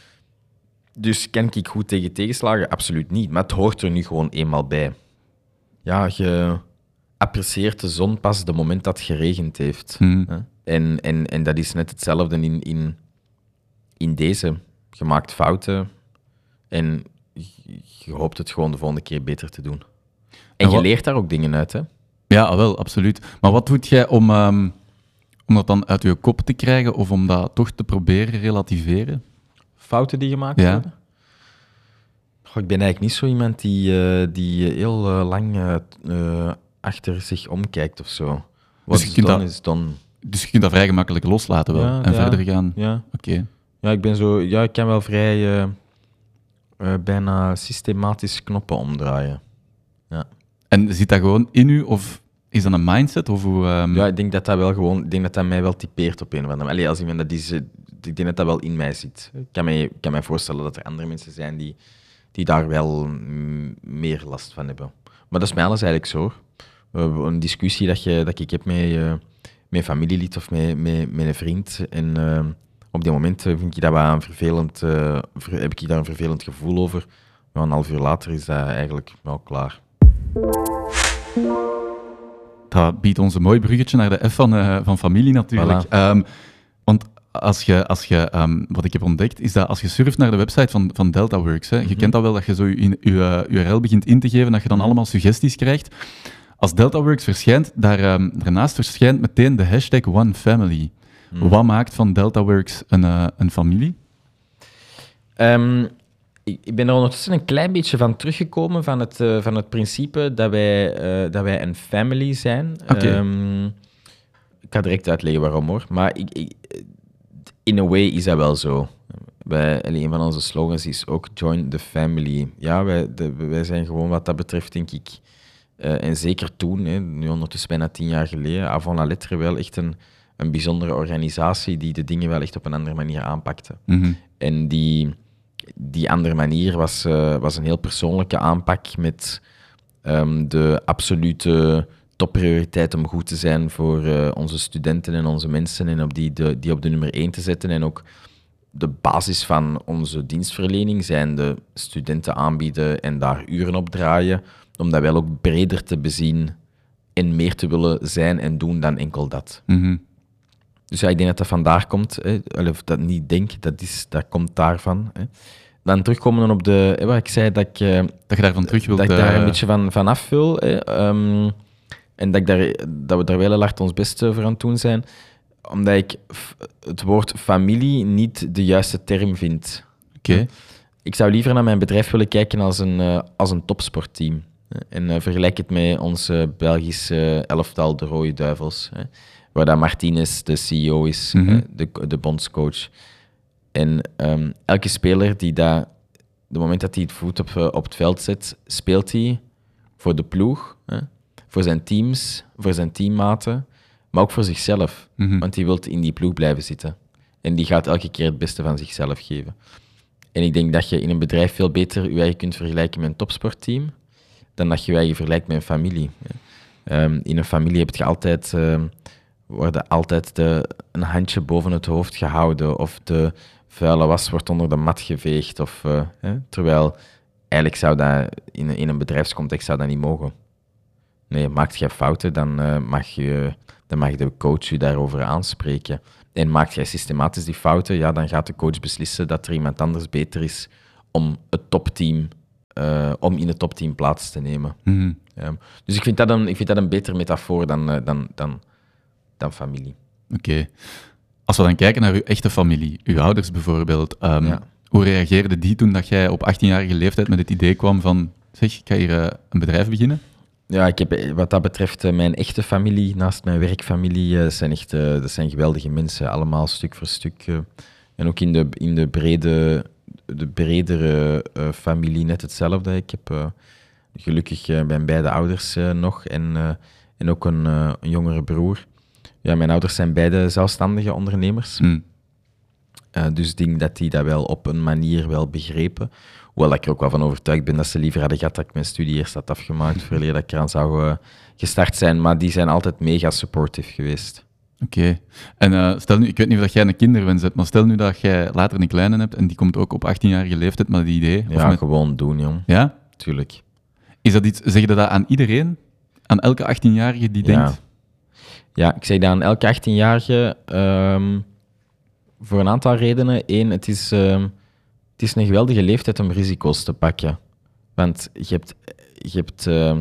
Dus kan ik goed tegen tegenslagen? Absoluut niet. Maar het hoort er nu gewoon eenmaal bij. Ja, je apprecieert de zon pas op het moment dat het geregend heeft. Mm. Hè. En, en, en dat is net hetzelfde in... in In deze, je maakt fouten en je hoopt het gewoon de volgende keer beter te doen. En, en je wat... leert daar ook dingen uit, hè? Ja, wel, absoluut. Maar wat doet jij om, um, om dat dan uit je kop te krijgen of om dat toch te proberen relativeren? Fouten die gemaakt ja. worden? Goh, ik ben eigenlijk niet zo iemand die, uh, die heel uh, lang uh, uh, achter zich omkijkt of zo. Wat dus is dan, dat... is dan... Dus je kunt dat vrij gemakkelijk loslaten wel ja, en ja, verder gaan? Ja. Oké. Okay. Ja, ik ben zo... Ja, ik kan wel vrij uh, uh, bijna systematisch knoppen omdraaien. Ja. En zit dat gewoon in u of is dat een mindset? Of hoe, um... Ja, ik denk dat dat wel gewoon... Ik denk dat dat mij wel typeert op een of andere manier. Allee, als iemand dat is... Ik denk dat dat wel in mij zit. Ik kan mij, kan mij voorstellen dat er andere mensen zijn die, die daar wel m- meer last van hebben. Maar dat is mij alles eigenlijk zo. Uh, een discussie dat, je, dat ik heb met, uh, met een familielid of met, met, met een vriend. En uh, op dit moment vind ik dat wel een vervelend, uh, ver, heb ik daar een vervelend gevoel over. Maar een half uur later is dat eigenlijk wel klaar. Dat biedt ons een mooi bruggetje naar de F van, uh, van familie natuurlijk. Voilà. Um, want als je, als je, um, wat ik heb ontdekt, is dat als je surft naar de website van, van DeltaWorks, hè, mm-hmm. je kent dat wel, dat je zo je, je, je U R L begint in te geven, dat je dan allemaal suggesties krijgt. Als DeltaWorks verschijnt, daar, um, daarnaast verschijnt meteen de hashtag OneFamily. Mm. Wat maakt van DeltaWorks een, uh, een familie? Um, ik, ik ben er ondertussen een klein beetje van teruggekomen van het, uh, van het principe dat wij, uh, dat wij een family zijn. Okay. Um, ik ga direct uitleggen waarom hoor, maar ik, ik, in a way is dat wel zo. Wij, een van onze slogans is ook Join the Family. Ja, wij, de, wij zijn gewoon wat dat betreft, denk ik, uh, en zeker toen, hè, nu ondertussen bijna tien jaar geleden, Avant la Lettre wel echt een, een bijzondere organisatie die de dingen wel echt op een andere manier aanpakte. Mm-hmm. En die, die andere manier was, uh, was een heel persoonlijke aanpak met um, de absolute topprioriteit om goed te zijn voor uh, onze studenten en onze mensen en op die, de, die op de nummer één te zetten. En ook de basis van onze dienstverlening zijn de studenten aanbieden en daar uren op draaien, om dat wel ook breder te bezien en meer te willen zijn en doen dan enkel dat. Mm-hmm. Dus ja, ik denk dat dat vandaar komt. Hè. Of dat niet denk, dat, is, dat komt daarvan. Hè. Dan terugkomen op de... Hè, wat ik zei, dat ik... Uh, dat je daarvan terug wilt... Dat ik daar uh... een beetje van, van afvul. Hè. Um, en dat, ik daar, dat we daar wel heel hard ons best voor aan het doen zijn. Omdat ik f- het woord familie niet de juiste term vind. Oké. Okay. Ik zou liever naar mijn bedrijf willen kijken als een, uh, als een topsportteam. En uh, vergelijk het met ons uh, Belgische elftal, de Rode Duivels. Hè. Waar dat Martinez de C E O is, mm-hmm. de, de bondscoach. En um, elke speler die dat, de moment dat hij het voet op, op het veld zet, speelt hij voor de ploeg, hè, voor zijn teams, voor zijn teammaten, maar ook voor zichzelf. Mm-hmm. Want hij wil in die ploeg blijven zitten. En die gaat elke keer het beste van zichzelf geven. En ik denk dat je in een bedrijf veel beter je eigen kunt vergelijken met een topsportteam dan dat je je eigen vergelijkt met een familie. Um, in een familie heb je altijd... Um, worden altijd de, een handje boven het hoofd gehouden of de vuile was wordt onder de mat geveegd. Of, uh, hè? Terwijl eigenlijk zou dat in, in een bedrijfscontext zou dat niet mogen. Nee, maakt jij fouten, dan, uh, mag je, dan mag de coach je daarover aanspreken. En maakt jij systematisch die fouten, ja, dan gaat de coach beslissen dat er iemand anders beter is om het topteam, uh, om in het topteam plaats te nemen. Mm-hmm. Um, dus ik vind, dat een, ik vind dat een betere metafoor dan, uh, dan, dan, dan familie. Oké. Okay. Als we dan kijken naar uw echte familie, uw ouders bijvoorbeeld, um, ja. hoe reageerden die toen dat jij op achttienjarige leeftijd met het idee kwam van, zeg, ik ga hier uh, een bedrijf beginnen? Ja, ik heb, wat dat betreft, uh, mijn echte familie, naast mijn werkfamilie, uh, zijn echt, uh, dat zijn geweldige mensen, allemaal stuk voor stuk. Uh, en ook in de, in de, brede, de bredere uh, familie net hetzelfde. Ik heb uh, gelukkig uh, mijn beide ouders uh, nog en, uh, en ook een, uh, een jongere broer. Ja, mijn ouders zijn beide zelfstandige ondernemers. Mm. Uh, dus ik denk dat die dat wel op een manier wel begrepen. Hoewel ik er ook wel van overtuigd ben dat ze liever hadden gehad dat ik mijn studie eerst had afgemaakt, voordat ik eraan zou uh, gestart zijn. Maar die zijn altijd mega supportive geweest. Oké. Okay. En uh, stel nu, ik weet niet of jij een kinderwens hebt, maar stel nu dat jij later een kleine hebt en die komt ook op achttienjarige leeftijd met die idee. Ja, met... gewoon doen, jong. Ja? Tuurlijk. Is dat iets, zeg je dat aan iedereen? Aan elke achttienjarige die ja. denkt? Ja, ik zeg dat aan elke achttienjarige um, voor een aantal redenen. Eén, het is, um, het is een geweldige leeftijd om risico's te pakken. Want je hebt... Je hebt uh,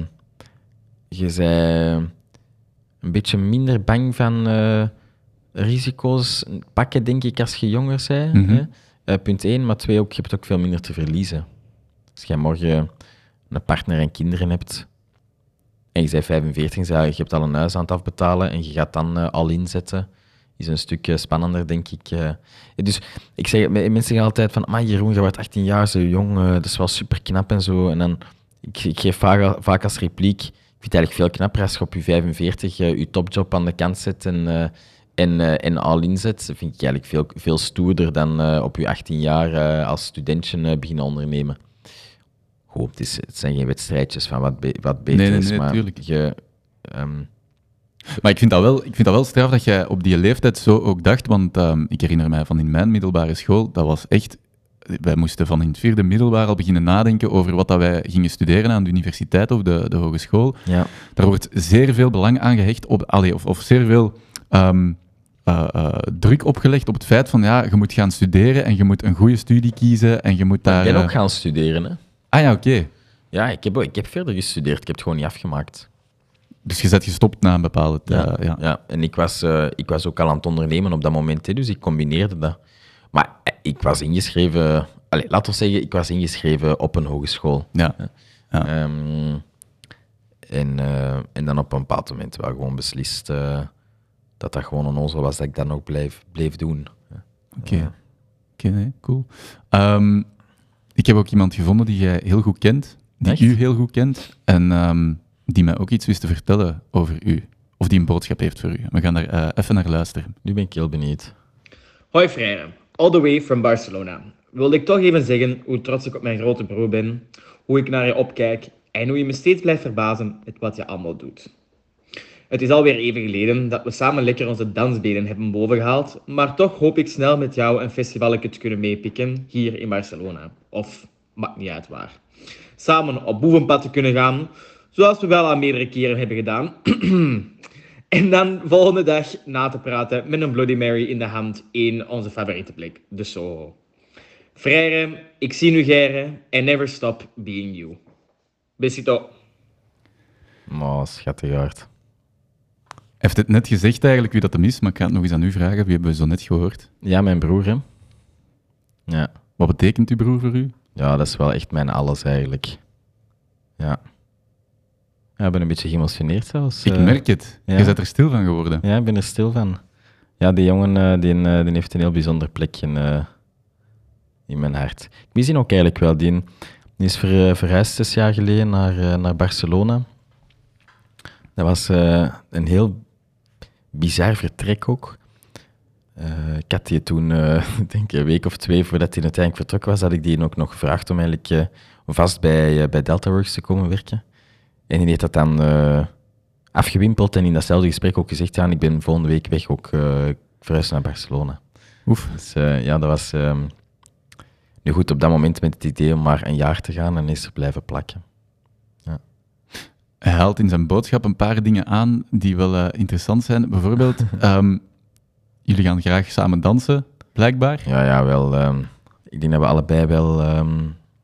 je bent een beetje minder bang van uh, risico's pakken, denk ik, als je jonger bent. Mm-hmm. Uh, punt één, maar twee, ook, je hebt ook veel minder te verliezen. Als je morgen een partner en kinderen hebt en je bent vijfenveertig, je hebt al een huis aan het afbetalen en je gaat dan uh, al inzetten, is een stuk uh, spannender, denk ik. Uh. Dus ik zeg, mensen gaan altijd van, maar Jeroen, je wordt achttien jaar, zo jong, uh, dat is wel super knap en zo. En dan, ik, ik geef vaak, vaak als repliek, ik vind het eigenlijk veel knapper als je op je vijfenveertig uh, je topjob aan de kant zet en, uh, en, uh, en al inzet. Dat vind ik eigenlijk veel, veel stoerder dan uh, op je achttien jaar uh, als studentje uh, beginnen ondernemen. Goed, het, is, het zijn geen wedstrijdjes van wat, be, wat beter nee, nee, is, nee, maar tuurlijk. je... Um... Maar ik vind, dat wel, ik vind dat wel straf dat jij op die leeftijd zo ook dacht, want um, ik herinner mij van in mijn middelbare school, dat was echt... Wij moesten van in het vierde middelbaar al beginnen nadenken over wat dat wij gingen studeren aan de universiteit of de, de hogeschool. Ja. Daar wordt zeer veel belang aan gehecht, op, allee, of, of zeer veel um, uh, uh, druk opgelegd op het feit van, ja, je moet gaan studeren en je moet een goede studie kiezen en je moet daar... Ik ben uh... ook gaan studeren, hè. Ah ja, oké. Okay. Ja, ik heb, ik heb verder gestudeerd, ik heb het gewoon niet afgemaakt. Dus je bent gestopt na een bepaalde... Ja, uh, ja. ja. En ik was, uh, ik was ook al aan het ondernemen op dat moment, hè, dus ik combineerde dat. Maar ik was ingeschreven... Allez, laten we zeggen, ik was ingeschreven op een hogeschool. Ja. ja. Um, en, uh, en dan op een bepaald moment wel gewoon beslist uh, dat dat gewoon een onzel was dat ik dat nog bleef, bleef doen. Oké, okay. uh. okay, nee, cool. Um, ik heb ook iemand gevonden die jij heel goed kent, die Echt? u heel goed kent, en um, die mij ook iets wist te vertellen over u. Of die een boodschap heeft voor u. We gaan daar uh, even naar luisteren. Nu ben ik heel benieuwd. Hoi Freire, all the way from Barcelona. Wilde ik toch even zeggen hoe trots ik op mijn grote broer ben, hoe ik naar je opkijk en hoe je me steeds blijft verbazen met wat je allemaal doet. Het is alweer even geleden dat we samen lekker onze dansbenen hebben bovengehaald, maar toch hoop ik snel met jou een festivaletje te kunnen meepikken hier in Barcelona. Of, maakt niet uit waar. Samen op boevenpad te kunnen gaan, zoals we wel al meerdere keren hebben gedaan. En dan volgende dag na te praten met een Bloody Mary in de hand in onze favoriete plek, de Soho. Freire, ik zie nu gere and never stop being you. Besito. Oh, schattig hard. Hij heeft het net gezegd eigenlijk wie dat hem is, maar ik ga het nog eens aan u vragen. Wie hebben we zo net gehoord? Ja, mijn broer, hè. Ja. Wat betekent uw broer voor u? Ja, dat is wel echt mijn alles eigenlijk. Ja. Ja, ik ben een beetje geëmotioneerd zelfs. Ik merk het. Ja. Je bent er stil van geworden. Ja, ik ben er stil van. Ja, die jongen uh, die, uh, die heeft een heel bijzonder plekje uh, in mijn hart. Ik mis die ook eigenlijk wel. Die, die is ver, uh, verhuisd zes jaar geleden naar, uh, naar Barcelona. Dat was uh, een heel bizar vertrek ook. Uh, ik had die toen, uh, denk een week of twee voordat hij uiteindelijk vertrokken was, had ik die ook nog gevraagd om eigenlijk uh, vast bij, uh, bij Deltaworks te komen werken. En die heeft dat dan uh, afgewimpeld en in datzelfde gesprek ook gezegd, ja, ik ben volgende week weg ook uh, verhuisd naar Barcelona. Oef. Dus uh, ja, dat was um, nu goed op dat moment met het idee om maar een jaar te gaan en is er blijven plakken. Ja. Hij haalt in zijn boodschap een paar dingen aan die wel uh, interessant zijn. Bijvoorbeeld, um, jullie gaan graag samen dansen, blijkbaar. Ja, ja, wel. Um, ik denk dat we allebei wel... Um,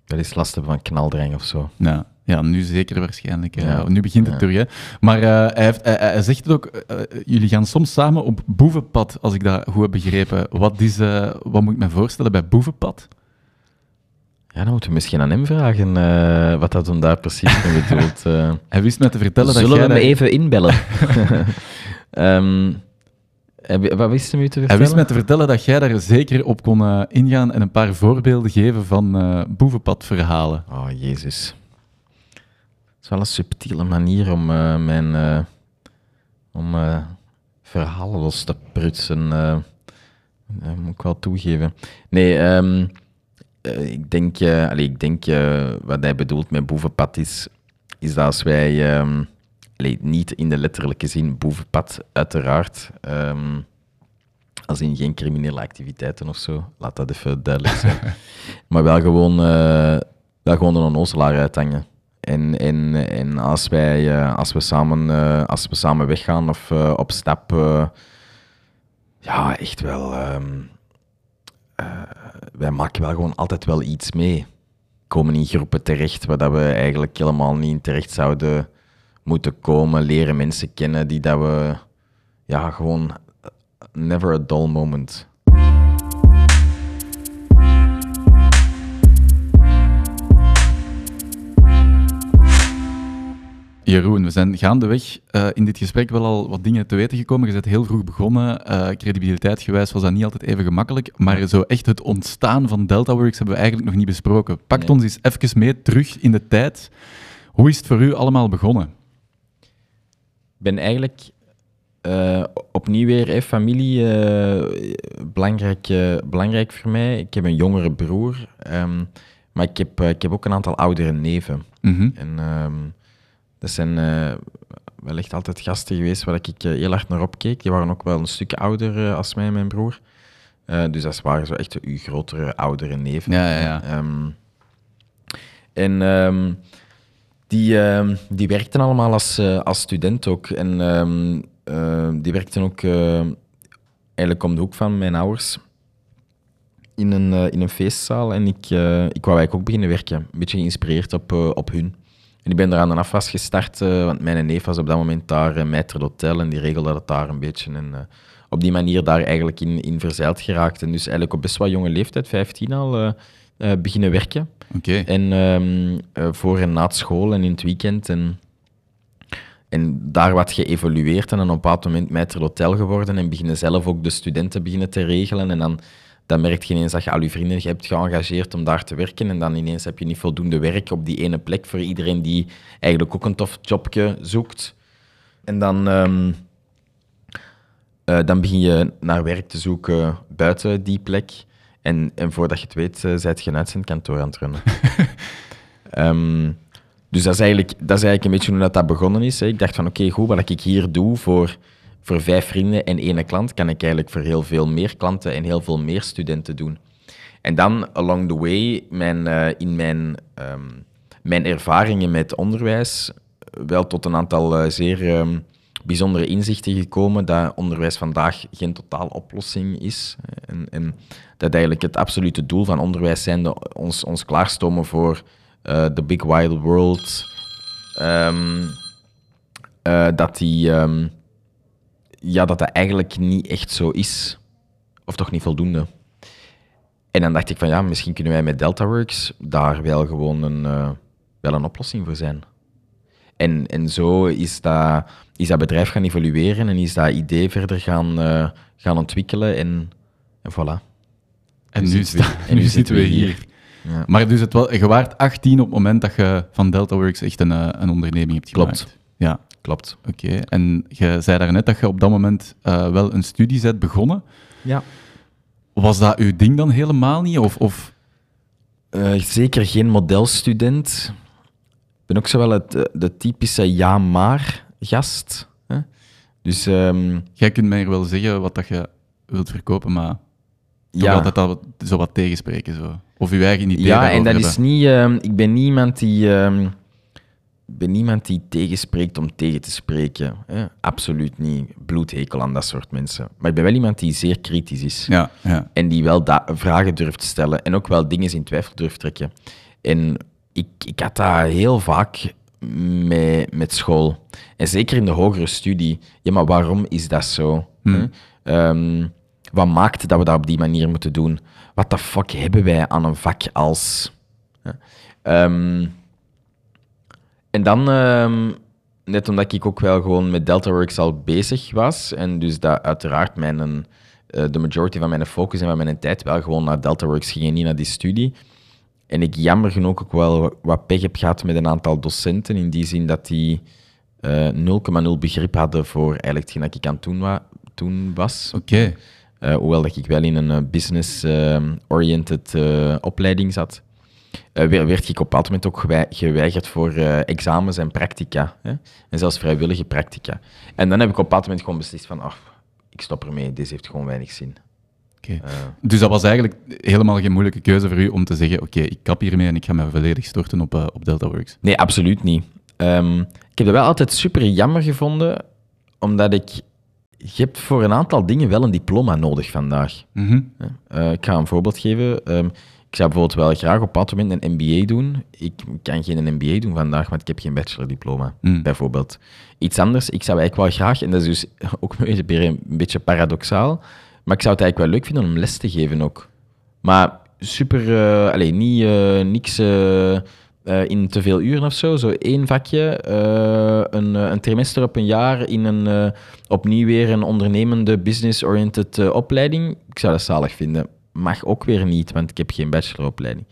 Dat is last hebben van knaldrang of zo. Ja, ja nu zeker waarschijnlijk. Ja. Uh, nu begint het Ja. terug. Hè. Maar uh, hij, heeft, hij, hij zegt het ook, uh, jullie gaan soms samen op boevenpad, als ik dat goed heb begrepen. Wat, is, uh, wat moet ik me voorstellen bij boevenpad? Ja, dan moeten we misschien aan hem vragen uh, wat dat hem daar precies mee bedoelt. Uh, Hij wist me te vertellen zullen dat we jij... hem daar- even inbellen? um, heb je- wat wist hem u te Hij vertellen? wist me te vertellen dat jij daar zeker op kon uh, ingaan en een paar voorbeelden geven van uh, boevenpadverhalen. Oh, jezus. Het is wel een subtiele manier om uh, mijn uh, om, uh, verhalen los te prutsen. Uh, uh, moet ik wel toegeven. Nee, um, uh, ik denk, uh, allee, ik denk uh, wat hij bedoelt met boevenpad is, is dat als wij, um, allee, niet in de letterlijke zin boevenpad, uiteraard, um, als in geen criminele activiteiten of zo, laat dat even duidelijk zijn, maar wel gewoon, uh, wel gewoon een onnozelaar uithangen. En, en, en als, wij, uh, als, we samen, uh, als we samen weggaan of uh, op stap, uh, ja, echt wel. Um, uh, wij maken wel gewoon altijd wel iets mee. Komen in groepen terecht waar dat we eigenlijk helemaal niet in terecht zouden moeten komen. Leren mensen kennen die dat we, ja, gewoon never a dull moment. Jeroen, we zijn gaandeweg uh, in dit gesprek wel al wat dingen te weten gekomen. Je bent heel vroeg begonnen. Uh, credibiliteitsgewijs was dat niet altijd even gemakkelijk. Maar zo echt het ontstaan van DeltaWorks hebben we eigenlijk nog niet besproken. Pakt Nee. ons eens even mee terug in de tijd. Hoe is het voor u allemaal begonnen? Ik ben eigenlijk uh, opnieuw weer eh, familie uh, belangrijk, uh, belangrijk voor mij. Ik heb een jongere broer, um, maar ik heb, uh, ik heb ook een aantal oudere neven. Mm-hmm. En um, dat zijn uh, wel echt altijd gasten geweest waar ik uh, heel hard naar opkeek. Die waren ook wel een stuk ouder uh, als mij en mijn broer. Uh, dus dat waren zo echt uw grotere, oudere neven. Ja, ja, ja. Um, en um, die, um, die werkten allemaal als, uh, als student ook. En um, uh, die werkten ook uh, eigenlijk om de hoek van mijn ouders in een, uh, in een feestzaal. En ik, uh, ik wou eigenlijk ook beginnen werken. Een beetje geïnspireerd op, uh, op hun. En ik ben er aan de afwas gestart, uh, want mijn neef was op dat moment daar uh, maître d'hôtel en die regelde het daar een beetje. En uh, op die manier daar eigenlijk in, in verzeild geraakt. En dus eigenlijk op best wel jonge leeftijd, vijftien al, uh, uh, beginnen werken. Oké. Okay. En um, uh, voor en na het school en in het weekend. En, en daar wat geëvolueerd en dan op een bepaald moment maître d'hôtel geworden en beginnen zelf ook de studenten beginnen te regelen. En dan, dan merk je ineens dat je al je vrienden hebt geëngageerd om daar te werken. En dan ineens heb je niet voldoende werk op die ene plek voor iedereen die eigenlijk ook een tof jobje zoekt. En dan, um, uh, dan begin je naar werk te zoeken buiten die plek. En, en voordat je het weet, uh, zijt je een uitzendkantoor aan het runnen. um, dus dat is, eigenlijk, dat is eigenlijk een beetje hoe dat, dat begonnen is. Hè. Ik dacht van, oké, okay, goed, wat ik hier doe voor, voor vijf vrienden en één klant, kan ik eigenlijk voor heel veel meer klanten en heel veel meer studenten doen. En dan, along the way, mijn, uh, in mijn, um, mijn ervaringen met onderwijs, wel tot een aantal uh, zeer um, bijzondere inzichten gekomen dat onderwijs vandaag geen totaaloplossing is. En, en dat eigenlijk het absolute doel van onderwijs zijnde ons, ons klaarstomen voor de uh, big wide world, um, uh, dat die, um, ja, dat dat eigenlijk niet echt zo is. Of toch niet voldoende. En dan dacht ik van ja, misschien kunnen wij met DeltaWorks daar wel gewoon een, uh, wel een oplossing voor zijn. En, en zo is dat, is dat bedrijf gaan evolueren en is dat idee verder gaan, uh, gaan ontwikkelen en, en voilà. En nu, zitten we, en nu zitten we hier. hier. Ja. Maar dus het was, je waart achttien op het moment dat je van DeltaWorks echt een, een onderneming hebt gemaakt. Klopt. Ja. Klopt. Oké. Okay. En je zei daarnet dat je op dat moment uh, wel een studie bent begonnen. Ja. Was dat uw ding dan helemaal niet? Of, of... Uh, zeker geen modelstudent. Ik ben ook zo wel het, de typische ja-maar-gast. Hè? Dus, um... Jij kunt mij wel zeggen wat dat je wilt verkopen, maar toch ja. altijd al zo wat tegenspreken. Zo. Of je eigen idee Ja, en dat hebben. is niet... Um, ik ben niemand die... Um, ik ben niemand die tegenspreekt om tegen te spreken. Hè? Absoluut niet. Bloedhekel aan dat soort mensen. Maar ik ben wel iemand die zeer kritisch is. Ja, ja. En die wel da- vragen durft stellen. En ook wel dingen in twijfel durft trekken. En ik, ik had dat heel vaak met, met school. En zeker in de hogere studie. Ja, maar waarom is dat zo? Hmm. Hè? Um, wat maakt dat we dat op die manier moeten doen? Wat de fuck hebben wij aan een vak als... Um, en dan, um, net omdat ik ook wel gewoon met DeltaWorks al bezig was, en dus dat uiteraard mijn, uh, de majority van mijn focus en van mijn tijd wel gewoon naar DeltaWorks ging en niet naar die studie. En ik jammer genoeg ook wel wat pech heb gehad met een aantal docenten, in die zin dat die uh, nul komma nul begrip hadden voor eigenlijk hetgeen dat ik aan het doen, wa- toen was. Oké. Okay. Uh, hoewel dat ik wel in een uh, business-oriented uh, uh, opleiding zat, uh, werd ik op een bepaald moment ook gewei- geweigerd voor uh, examens en practica. Hè? En zelfs vrijwillige practica. En dan heb ik op een bepaald moment gewoon beslist van, oh, ik stop ermee, dit heeft gewoon weinig zin. Okay. Uh, dus dat was eigenlijk helemaal geen moeilijke keuze voor u om te zeggen, oké, okay, ik kap hiermee en ik ga me volledig storten op, uh, op DeltaWorks? Nee, absoluut niet. Um, ik heb dat wel altijd super jammer gevonden, omdat ik... Je hebt voor een aantal dingen wel een diploma nodig vandaag. Mm-hmm. Uh, ik ga een voorbeeld geven. Um, ik zou bijvoorbeeld wel graag op een bepaald moment een M B A doen. Ik kan geen M B A doen vandaag, want ik heb geen bachelordiploma, mm. bijvoorbeeld. Iets anders, ik zou eigenlijk wel graag, en dat is dus ook weer een beetje paradoxaal, maar ik zou het eigenlijk wel leuk vinden om les te geven ook. Maar super, uh, allez, niet, uh, niks... Uh, Uh, in te veel uren of zo, zo één vakje, uh, een, een trimester op een jaar in een uh, opnieuw weer een ondernemende, business-oriented uh, opleiding. Ik zou dat zalig vinden. Mag ook weer niet, want ik heb geen bacheloropleiding.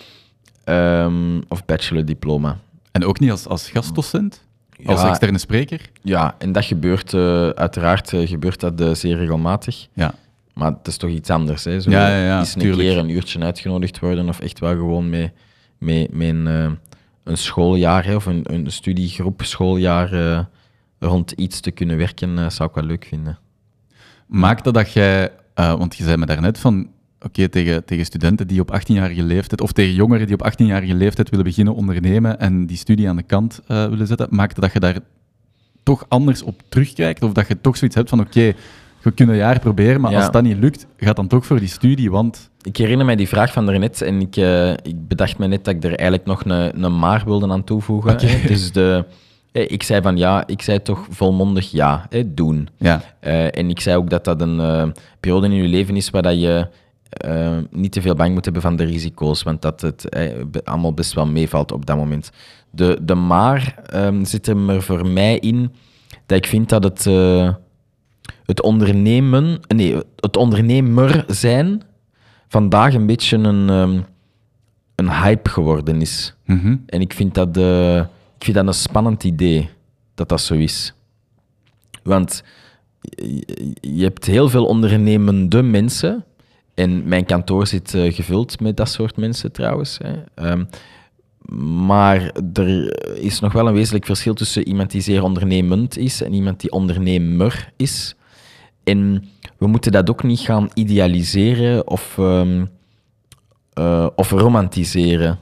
Um, of bachelordiploma. En ook niet als, als gastdocent? Als ja, externe spreker? Ja, en dat gebeurt, uh, uiteraard uh, gebeurt dat uh, zeer regelmatig. Ja. Maar het is toch iets anders, hè? Zo ja, ja, ja, eens een tuurlijk. keer een uurtje uitgenodigd worden of echt wel gewoon mee... met, met een, uh, een schooljaar hè, of een, een studiegroep schooljaar uh, rond iets te kunnen werken, uh, zou ik wel leuk vinden. Maakt dat dat jij, uh, want je zei me daarnet van, oké, okay, tegen, tegen studenten die op achttienjarige leeftijd, of tegen jongeren die op achttienjarige leeftijd willen beginnen ondernemen en die studie aan de kant uh, willen zetten, maakt dat je daar toch anders op terugkijkt? Of dat je toch zoiets hebt van, oké, okay, we kunnen een jaar proberen, maar ja. als dat niet lukt, gaat dan toch voor die studie, want... Ik herinner mij die vraag van daarnet en ik, uh, ik bedacht me net dat ik er eigenlijk nog een, een maar wilde aan toevoegen. Okay. Hè. Dus de, eh, ik zei van ja, ik zei toch volmondig ja, hè, doen. Ja. Uh, en ik zei ook dat dat een uh, periode in je leven is waar dat je uh, niet te veel bang moet hebben van de risico's, want dat het eh, allemaal best wel meevalt op dat moment. De, de maar um, zit er voor mij in dat ik vind dat het, uh, het ondernemen, nee, het ondernemer zijn vandaag een beetje een, um, een hype geworden is. Mm-hmm. En ik vind, dat, uh, ik vind dat een spannend idee, dat dat zo is. Want je, je hebt heel veel ondernemende mensen, en mijn kantoor zit uh, gevuld met dat soort mensen trouwens. Hè. Um, maar er is nog wel een wezenlijk verschil tussen iemand die zeer ondernemend is en iemand die ondernemer is. En we moeten dat ook niet gaan idealiseren of, um, uh, of romantiseren.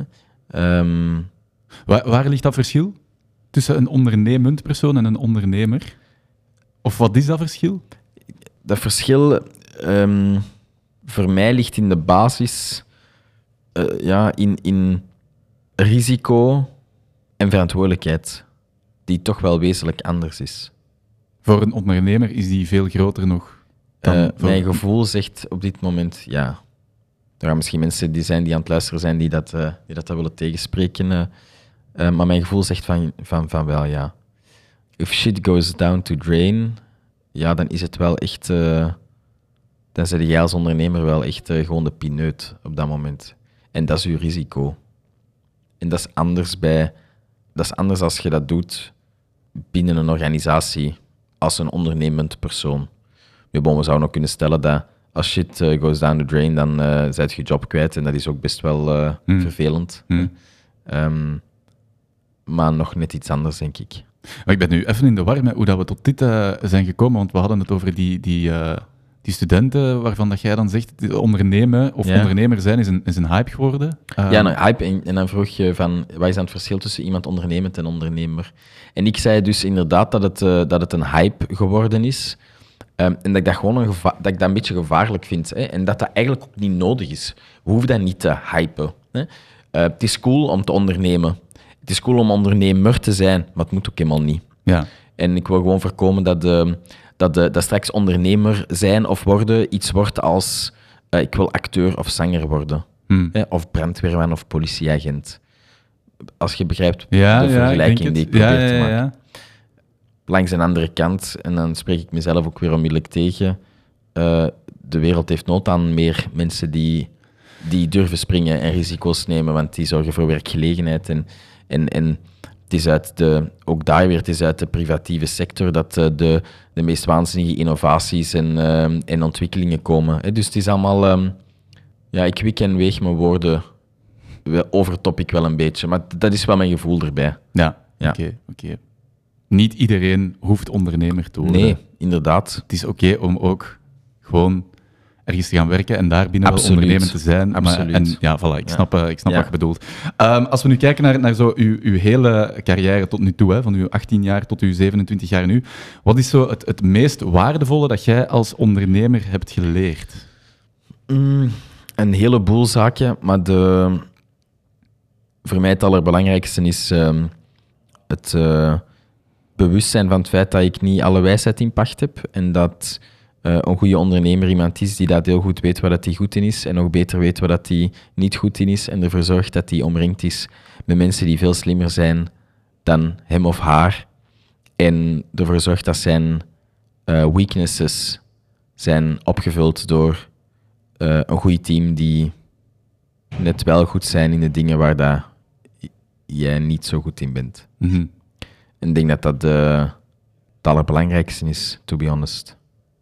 Um, waar, waar ligt dat verschil tussen een ondernemend persoon en een ondernemer? Of wat is dat verschil? Dat verschil um, voor mij ligt in de basis uh, ja, in, in risico en verantwoordelijkheid, die toch wel wezenlijk anders is. Voor een ondernemer is die veel groter nog dan... Uh, voor... Mijn gevoel zegt op dit moment ja. Er gaan misschien mensen die zijn die aan het luisteren zijn die dat, uh, die dat willen tegenspreken. Uh, uh, maar mijn gevoel zegt van, van, van wel ja. If shit goes down to drain, ja, dan is het wel echt... Uh, dan zit jij als ondernemer wel echt uh, gewoon de pineut op dat moment. En dat is uw risico. En dat is anders bij... Dat is anders als je dat doet binnen een organisatie als een ondernemend persoon. Ja, bon, we zouden ook kunnen stellen dat als shit uh, goes down the drain, dan uh, zijt je job kwijt. En dat is ook best wel uh, mm. vervelend. Mm. Um, maar nog net iets anders, denk ik. Maar ik ben nu even in de war met hoe dat we tot dit uh, zijn gekomen, want we hadden het over die, die, uh, die studenten waarvan dat jij dan zegt, ondernemen of ja. ondernemer zijn is een, is een hype geworden. Um, ja, een hype. En, en dan vroeg je van, wat is dan het verschil tussen iemand ondernemend en ondernemer? En ik zei dus inderdaad dat het, uh, dat het een hype geworden is. Um, en dat ik dat gewoon een, geva- dat ik dat een beetje gevaarlijk vind. Hè? En dat dat eigenlijk ook niet nodig is. We hoeven dat niet te hypen. Hè? Uh, het is cool om te ondernemen. Het is cool om ondernemer te zijn, maar het moet ook helemaal niet. Ja. En ik wil gewoon voorkomen dat, de, dat, de, dat straks ondernemer zijn of worden iets wordt als uh, ik wil acteur of zanger worden. Hmm. Hè, of brandweerman of politieagent. Als je begrijpt Ja, de ja, vergelijking ik die ik denk het. probeer Ja, te ja, maken. ja. Langs een andere kant, en dan spreek ik mezelf ook weer onmiddellijk tegen, uh, de wereld heeft nood aan meer mensen die, die durven springen en risico's nemen, want die zorgen voor werkgelegenheid. En, en, en het is uit de, ook daar weer, het is uit de privatieve sector dat uh, de, de meest waanzinnige innovaties en, uh, en ontwikkelingen komen. Hè. Dus het is allemaal... Um, ja, ik wik en weeg mijn woorden, overtop ik wel een beetje, maar dat is wel mijn gevoel erbij. Ja, Ja. oké. Okay, okay. Niet iedereen hoeft ondernemer te worden. Nee, inderdaad. Het is oké okay om ook gewoon ergens te gaan werken en daar binnen wel ondernemend te zijn. Absoluut. Maar, en ja, voilà, ik Ja. snap, uh, ik snap Ja. wat je bedoelt. Um, als we nu kijken naar, naar zo uw, uw hele carrière tot nu toe, hè, van uw achttien jaar tot uw zevenentwintig jaar nu, wat is zo het, het meest waardevolle dat jij als ondernemer hebt geleerd? Mm, een heleboel zaken, maar de, voor mij het allerbelangrijkste is um, het uh, bewustzijn van het feit dat ik niet alle wijsheid in pacht heb en dat uh, een goede ondernemer iemand is die dat heel goed weet waar dat hij goed in is en nog beter weet waar dat hij niet goed in is en ervoor zorgt dat hij omringd is met mensen die veel slimmer zijn dan hem of haar en ervoor zorgt dat zijn uh, weaknesses zijn opgevuld door uh, een goed team die net wel goed zijn in de dingen waar dat jij niet zo goed in bent. Mm-hmm. En ik denk dat dat uh, het allerbelangrijkste is, to be honest.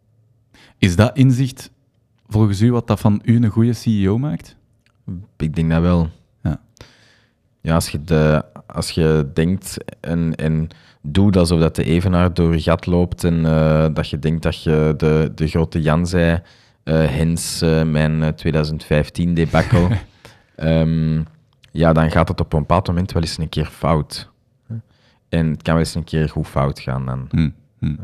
Is dat inzicht volgens u wat dat van u een goede C E O maakt? Ik denk dat wel. Ja, ja als, je de, als je denkt en, en doet alsof dat de evenaar door je gat loopt en uh, dat je denkt dat je de, de grote Jan zei, uh, hens uh, mijn uh, twintig vijftien debacle, um, ja, dan gaat het op een bepaald moment wel eens een keer fout. En het kan wel eens een keer goed fout gaan dan. hm, hm. Uh,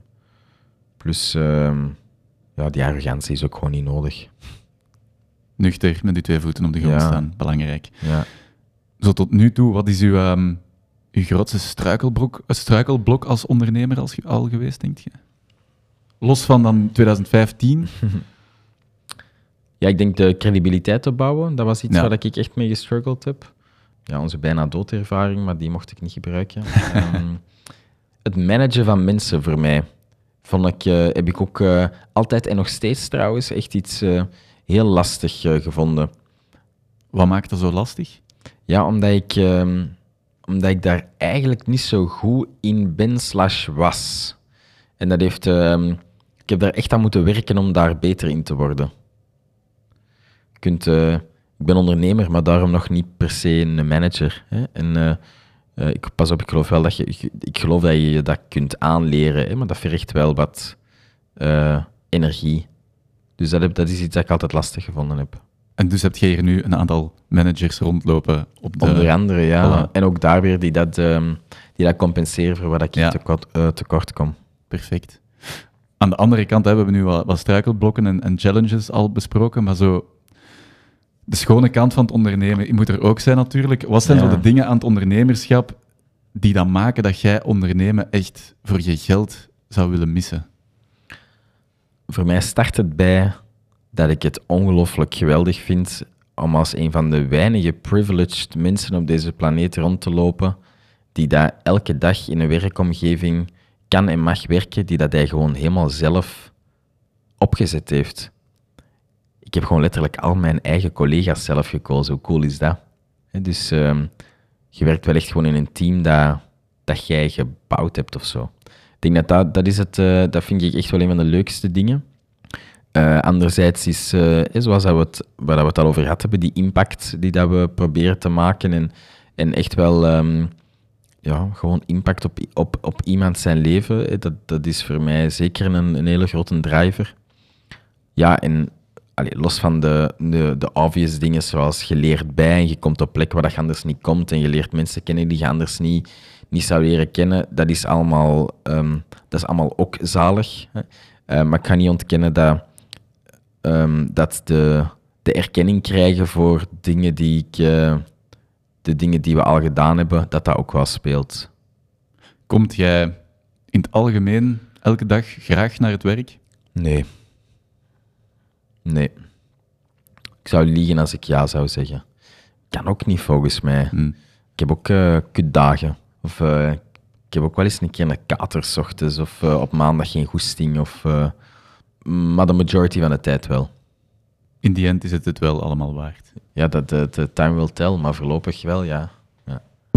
plus, uh, ja, die arrogantie is ook gewoon niet nodig. Nuchter, met uw twee voeten op de grond Ja. staan, belangrijk. Ja. Zo tot nu toe, wat is uw, um, uw grootste struikelblok, uh, struikelblok als ondernemer als, al geweest, denk je? Los van dan twintig vijftien. ja, ik denk de credibiliteit opbouwen, dat was iets Ja. waar ik echt mee gestruggeld heb. Ja, onze bijna doodervaring, maar die mocht ik niet gebruiken. um, het managen van mensen voor mij, vond ik, uh, heb ik ook uh, altijd en nog steeds trouwens echt iets uh, heel lastig uh, gevonden. Wat maakt dat zo lastig? Ja, omdat ik, um, omdat ik daar eigenlijk niet zo goed in ben slash was. En dat heeft... Um, ik heb daar echt aan moeten werken om daar beter in te worden. Je kunt... Uh, ik ben ondernemer, maar daarom nog niet per se een manager. Hè? En uh, uh, ik, pas op, ik geloof wel dat je... Ik geloof dat je dat kunt aanleren, hè? Maar dat vergt wel wat uh, energie. Dus dat, heb, dat is iets dat ik altijd lastig gevonden heb. En dus heb jij hier nu een aantal managers rondlopen op de... Onder andere, ja. Voilà. En ook daar weer die dat, um, die dat compenseren voor wat ik Ja. tekort, uh, tekort kom. Perfect. Aan de andere kant hebben we nu wat, wat struikelblokken en, en challenges al besproken, maar zo... De schone kant van het ondernemen moet er ook zijn natuurlijk. Wat zijn Ja. zo de dingen aan het ondernemerschap die dan maken dat jij ondernemen echt voor je geld zou willen missen? Voor mij start het bij dat ik het ongelooflijk geweldig vind om als een van de weinige privileged mensen op deze planeet rond te lopen die dat elke dag in een werkomgeving kan en mag werken, die dat hij gewoon helemaal zelf opgezet heeft. Ik heb gewoon letterlijk al mijn eigen collega's zelf gekozen. Hoe cool is dat? He, dus um, je werkt wel echt gewoon in een team dat, dat jij gebouwd hebt of zo. Ik denk dat dat, dat is het, uh, dat vind ik echt wel een van de leukste dingen. Uh, anderzijds is, uh, zoals dat we het, waar we het al over gehad hebben, die impact die dat we proberen te maken en, en echt wel um, ja, gewoon impact op, op, op iemand zijn leven, dat, dat is voor mij zeker een, een hele grote driver. Ja, en allee, los van de, de, de obvious dingen zoals je leert bij en je komt op plek waar dat je anders niet komt en je leert mensen kennen die je anders niet, niet zou leren kennen, dat is allemaal, um, dat is allemaal ook zalig. Hè? Uh, maar ik ga niet ontkennen dat, um, dat de, de erkenning krijgen voor dingen die ik, uh, de dingen die we al gedaan hebben, dat dat ook wel speelt. Komt jij in het algemeen elke dag graag naar het werk? Nee. Nee. Ik zou liegen als ik ja zou zeggen. Kan ook niet, volgens mij. Hm. Ik heb ook uh, kutdagen. Of uh, ik heb ook wel eens een keer een kater 's ochtends, of uh, op maandag geen goesting. Of, uh, maar de majority van de tijd wel. In die end is het het wel allemaal waard. Ja, dat de, de time will tell, maar voorlopig wel, ja. ja.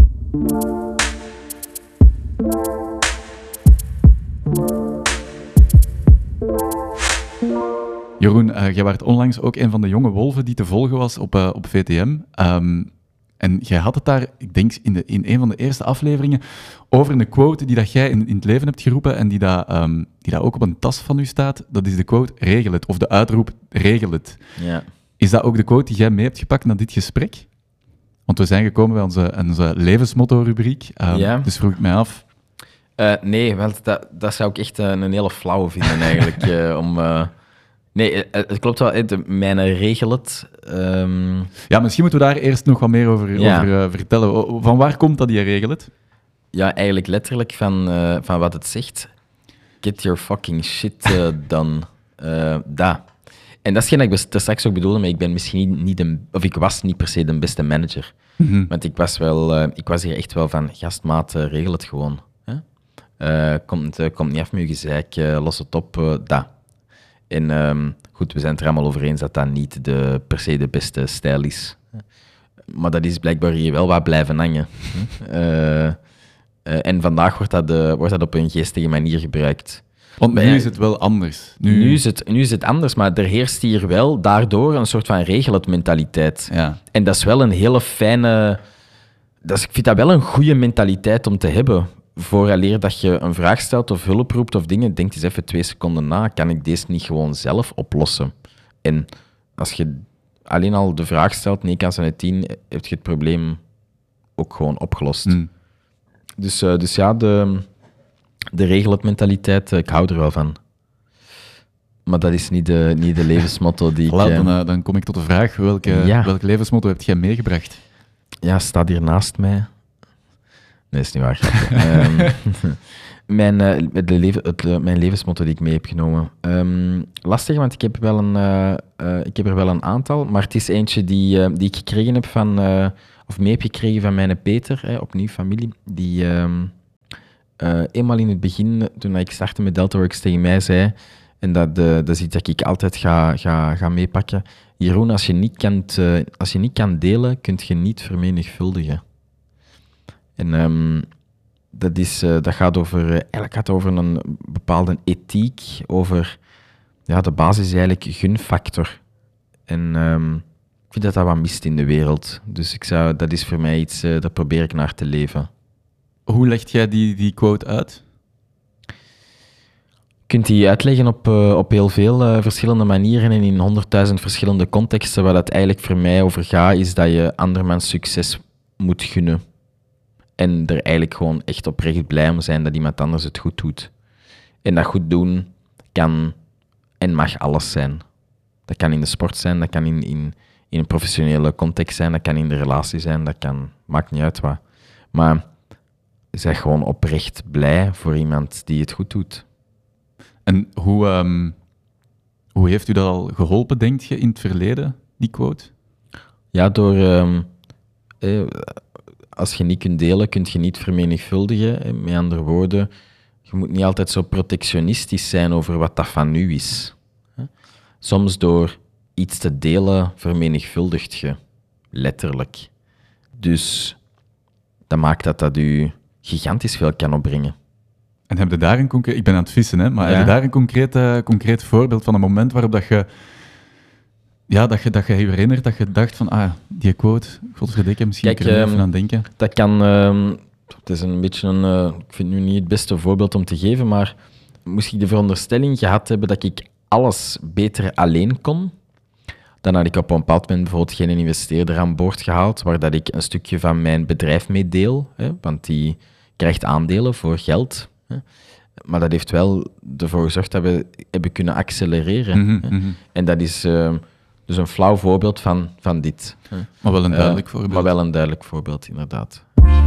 Jeroen, uh, jij was onlangs ook een van de jonge wolven die te volgen was op, uh, op V T M. Um, en jij had het daar, ik denk in, de, in een van de eerste afleveringen, over een quote die dat jij in, in het leven hebt geroepen en die dat, um, die dat ook op een tas van u staat. Dat is de quote, regel het. Of de uitroep, regel het. Ja. Is dat ook de quote die jij mee hebt gepakt naar dit gesprek? Want we zijn gekomen bij onze, onze levensmotto-rubriek. Um, Ja. Dus vroeg ik mij af. Uh, nee, want dat, dat zou ik echt uh, een hele flauwe vinden eigenlijk. uh, om, uh... Nee, uh, het klopt wel. Uh, de, mijn regel het. Um... Ja, misschien moeten we daar eerst nog wat meer over, Ja. over uh, vertellen. O- Van waar komt dat, die regel het? Ja, eigenlijk letterlijk van, uh, van wat het zegt. Get your fucking shit uh, done. Uh, dat. En dat is geen dat ik bes- straks ook bedoelde, maar ik ben misschien niet, niet de... Of ik was niet per se de beste manager. Mm-hmm. Want ik was, wel, uh, ik was hier echt wel van, gastmaat, uh, regel het gewoon. Hè? Uh, komt, uh, komt niet af met je gezeik, uh, los het op, uh, dat. En um, goed, we zijn het er allemaal over eens dat dat niet de, per se de beste stijl is. Maar dat is blijkbaar hier wel wat blijven hangen. uh, uh, en vandaag wordt dat, uh, wordt dat op een geestige manier gebruikt. Want nu Maar ja, is het wel anders. Nu, Nu is, het, nu is het anders, maar er heerst hier wel daardoor een soort van regel-het-mentaliteit. Ja. En dat is wel een hele fijne... Dat is, ik vind dat wel een goede mentaliteit om te hebben. Vooraleer dat je een vraag stelt of hulp roept of dingen, denk eens even twee seconden na. Kan ik deze niet gewoon zelf oplossen? En als je alleen al de vraag stelt, negen kans uit tien, heb je het probleem ook gewoon opgelost. Mm. Dus, uh, dus ja, de, de regel-het-mentaliteit, uh, ik hou er wel van. Maar dat is niet de, niet de levensmotto die ik... Voilà, uh, dan, uh, dan kom ik tot de vraag, welke, Ja. welk levensmotto heb jij meegebracht? Ja, staat hier naast mij. Nee, is niet waar. um, mijn, uh, de leven, het, uh, mijn levensmotto die ik mee heb genomen. Um, lastig, want ik heb, wel een, uh, uh, ik heb er wel een aantal, maar het is eentje die, uh, die ik gekregen heb van, uh, of mee heb gekregen van mijn Peter, hè, opnieuw familie, die um, uh, eenmaal in het begin, toen ik startte met Deltaworks, tegen mij zei, en dat, uh, dat is iets dat ik altijd ga, ga, ga meepakken, Jeroen, als je niet kan, uh, als je niet kan delen, kun je niet vermenigvuldigen. En um, dat, is, uh, dat gaat over, uh, eigenlijk gaat over een bepaalde ethiek, over, ja, de basis is eigenlijk gunfactor. En um, ik vind dat dat wat mist in de wereld. Dus ik zou, dat is voor mij iets, uh, dat probeer ik naar te leven. Hoe legt jij die, die quote uit? Je kunt die uitleggen op, uh, op heel veel uh, verschillende manieren en in honderdduizend verschillende contexten. Waar het eigenlijk voor mij over gaat, is dat je andermans succes moet gunnen. En er eigenlijk gewoon echt oprecht blij om zijn dat iemand anders het goed doet. En dat goed doen kan en mag alles zijn. Dat kan in de sport zijn, dat kan in, in, in een professionele context zijn, dat kan in de relatie zijn, dat kan... Maakt niet uit wat. Maar zeg gewoon oprecht blij voor iemand die het goed doet. En hoe, um, hoe heeft u dat al geholpen, denk je, in het verleden, die quote? Ja, door... Um, eh, als je niet kunt delen, kun je niet vermenigvuldigen. Eh, met andere woorden, je moet niet altijd zo protectionistisch zijn over wat dat van nu is. Soms door iets te delen, vermenigvuldigt je. Letterlijk. Dus dat maakt dat dat je gigantisch veel kan opbrengen. En heb je daar een concreet... Ik ben aan het vissen, hè, maar Ja. heb je daar een concreet, uh, concreet voorbeeld van een moment waarop dat je... Ja, dat je, dat je je herinnert, dat je dacht van, ah, die quote, godverdikke, misschien Kijk, kan ik er um, even aan denken. Dat kan... Um, het is een beetje een... Uh, ik vind het nu niet het beste voorbeeld om te geven, maar moest ik de veronderstelling gehad hebben dat ik alles beter alleen kon, dan had ik op een bepaald moment bijvoorbeeld geen investeerder aan boord gehaald, waar dat ik een stukje van mijn bedrijf mee deel, hè, want die krijgt aandelen voor geld. Hè. Maar dat heeft wel ervoor gezorgd dat we hebben kunnen accelereren. Mm-hmm, hè. mm-hmm. En dat is... Uh, Dus een flauw voorbeeld van, van dit. Maar wel een duidelijk Uh, voorbeeld. Maar wel een duidelijk voorbeeld, inderdaad.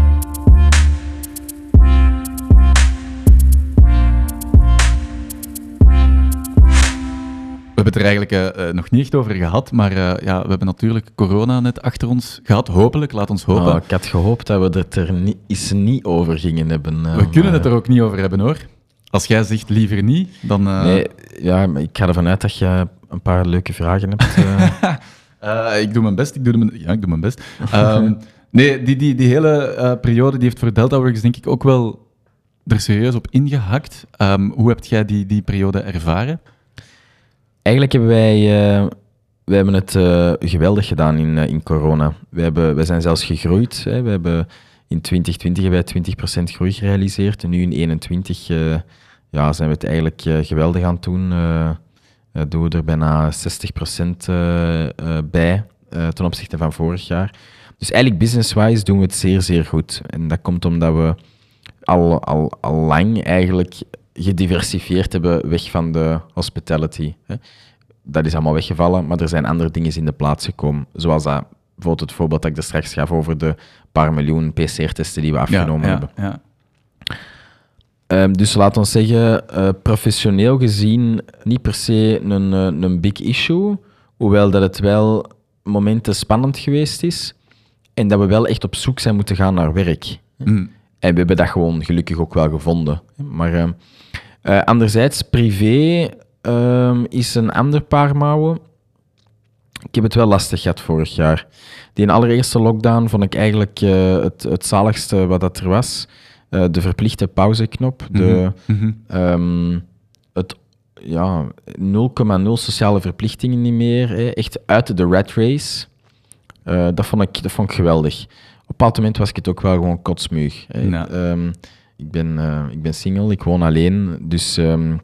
We hebben het er eigenlijk uh, nog niet echt over gehad, maar uh, ja, we hebben natuurlijk corona net achter ons gehad. Hopelijk, laat ons hopen. Oh, ik had gehoopt dat we het er niet, eens niet over gingen hebben. Uh, we kunnen maar, het er ook niet over hebben, hoor. Als jij zegt liever niet, dan... Uh... Nee, ja, maar ik ga ervan uit dat je een paar leuke vragen hebt. Uh. uh, ik doe mijn best, ik doe mijn, ja, ik doe mijn best. Um, nee, die, die, die hele uh, periode die heeft voor DeltaWorks denk ik ook wel er serieus op ingehakt. Um, hoe heb jij die, die periode ervaren? Eigenlijk hebben wij, uh, wij hebben het uh, geweldig gedaan in, uh, in corona. Wij, hebben, wij zijn zelfs gegroeid. Hè. We hebben in twintig twintig hebben wij twintig procent groei gerealiseerd. En nu in eenentwintig uh, ja, zijn we het eigenlijk uh, geweldig aan het doen. Uh, uh, doen we er bijna zestig procent uh, uh, bij uh, ten opzichte van vorig jaar. Dus eigenlijk business-wise doen we het zeer, zeer goed. En dat komt omdat we al, al, al lang eigenlijk gediversifieerd hebben weg van de hospitality. Hè. Dat is allemaal weggevallen, maar er zijn andere dingen in de plaats gekomen. Zoals dat, bijvoorbeeld het voorbeeld dat ik er straks gaf over de paar miljoen P C R-testen die we afgenomen ja, ja, hebben. Ja. Um, dus laten we zeggen, uh, professioneel gezien niet per se een, uh, een big issue, hoewel dat het wel momenten spannend geweest is en dat we wel echt op zoek zijn moeten gaan naar werk. Mm. En we hebben dat gewoon gelukkig ook wel gevonden. Maar uh, uh, anderzijds, privé uh, is een ander paar mouwen. Ik heb het wel lastig gehad vorig jaar. Die allereerste lockdown vond ik eigenlijk uh, het, het zaligste wat dat er was. Uh, de verplichte pauzeknop. De, Mm-hmm. um, het ja, nul komma nul sociale verplichtingen niet meer. Hè. Echt uit de rat race. Uh, dat, vond ik, dat vond ik geweldig. Op een bepaald moment was ik het ook wel gewoon kotsmuug. Hè. Ja. Um, ik, ben, uh, ik ben single, ik woon alleen. Dus um,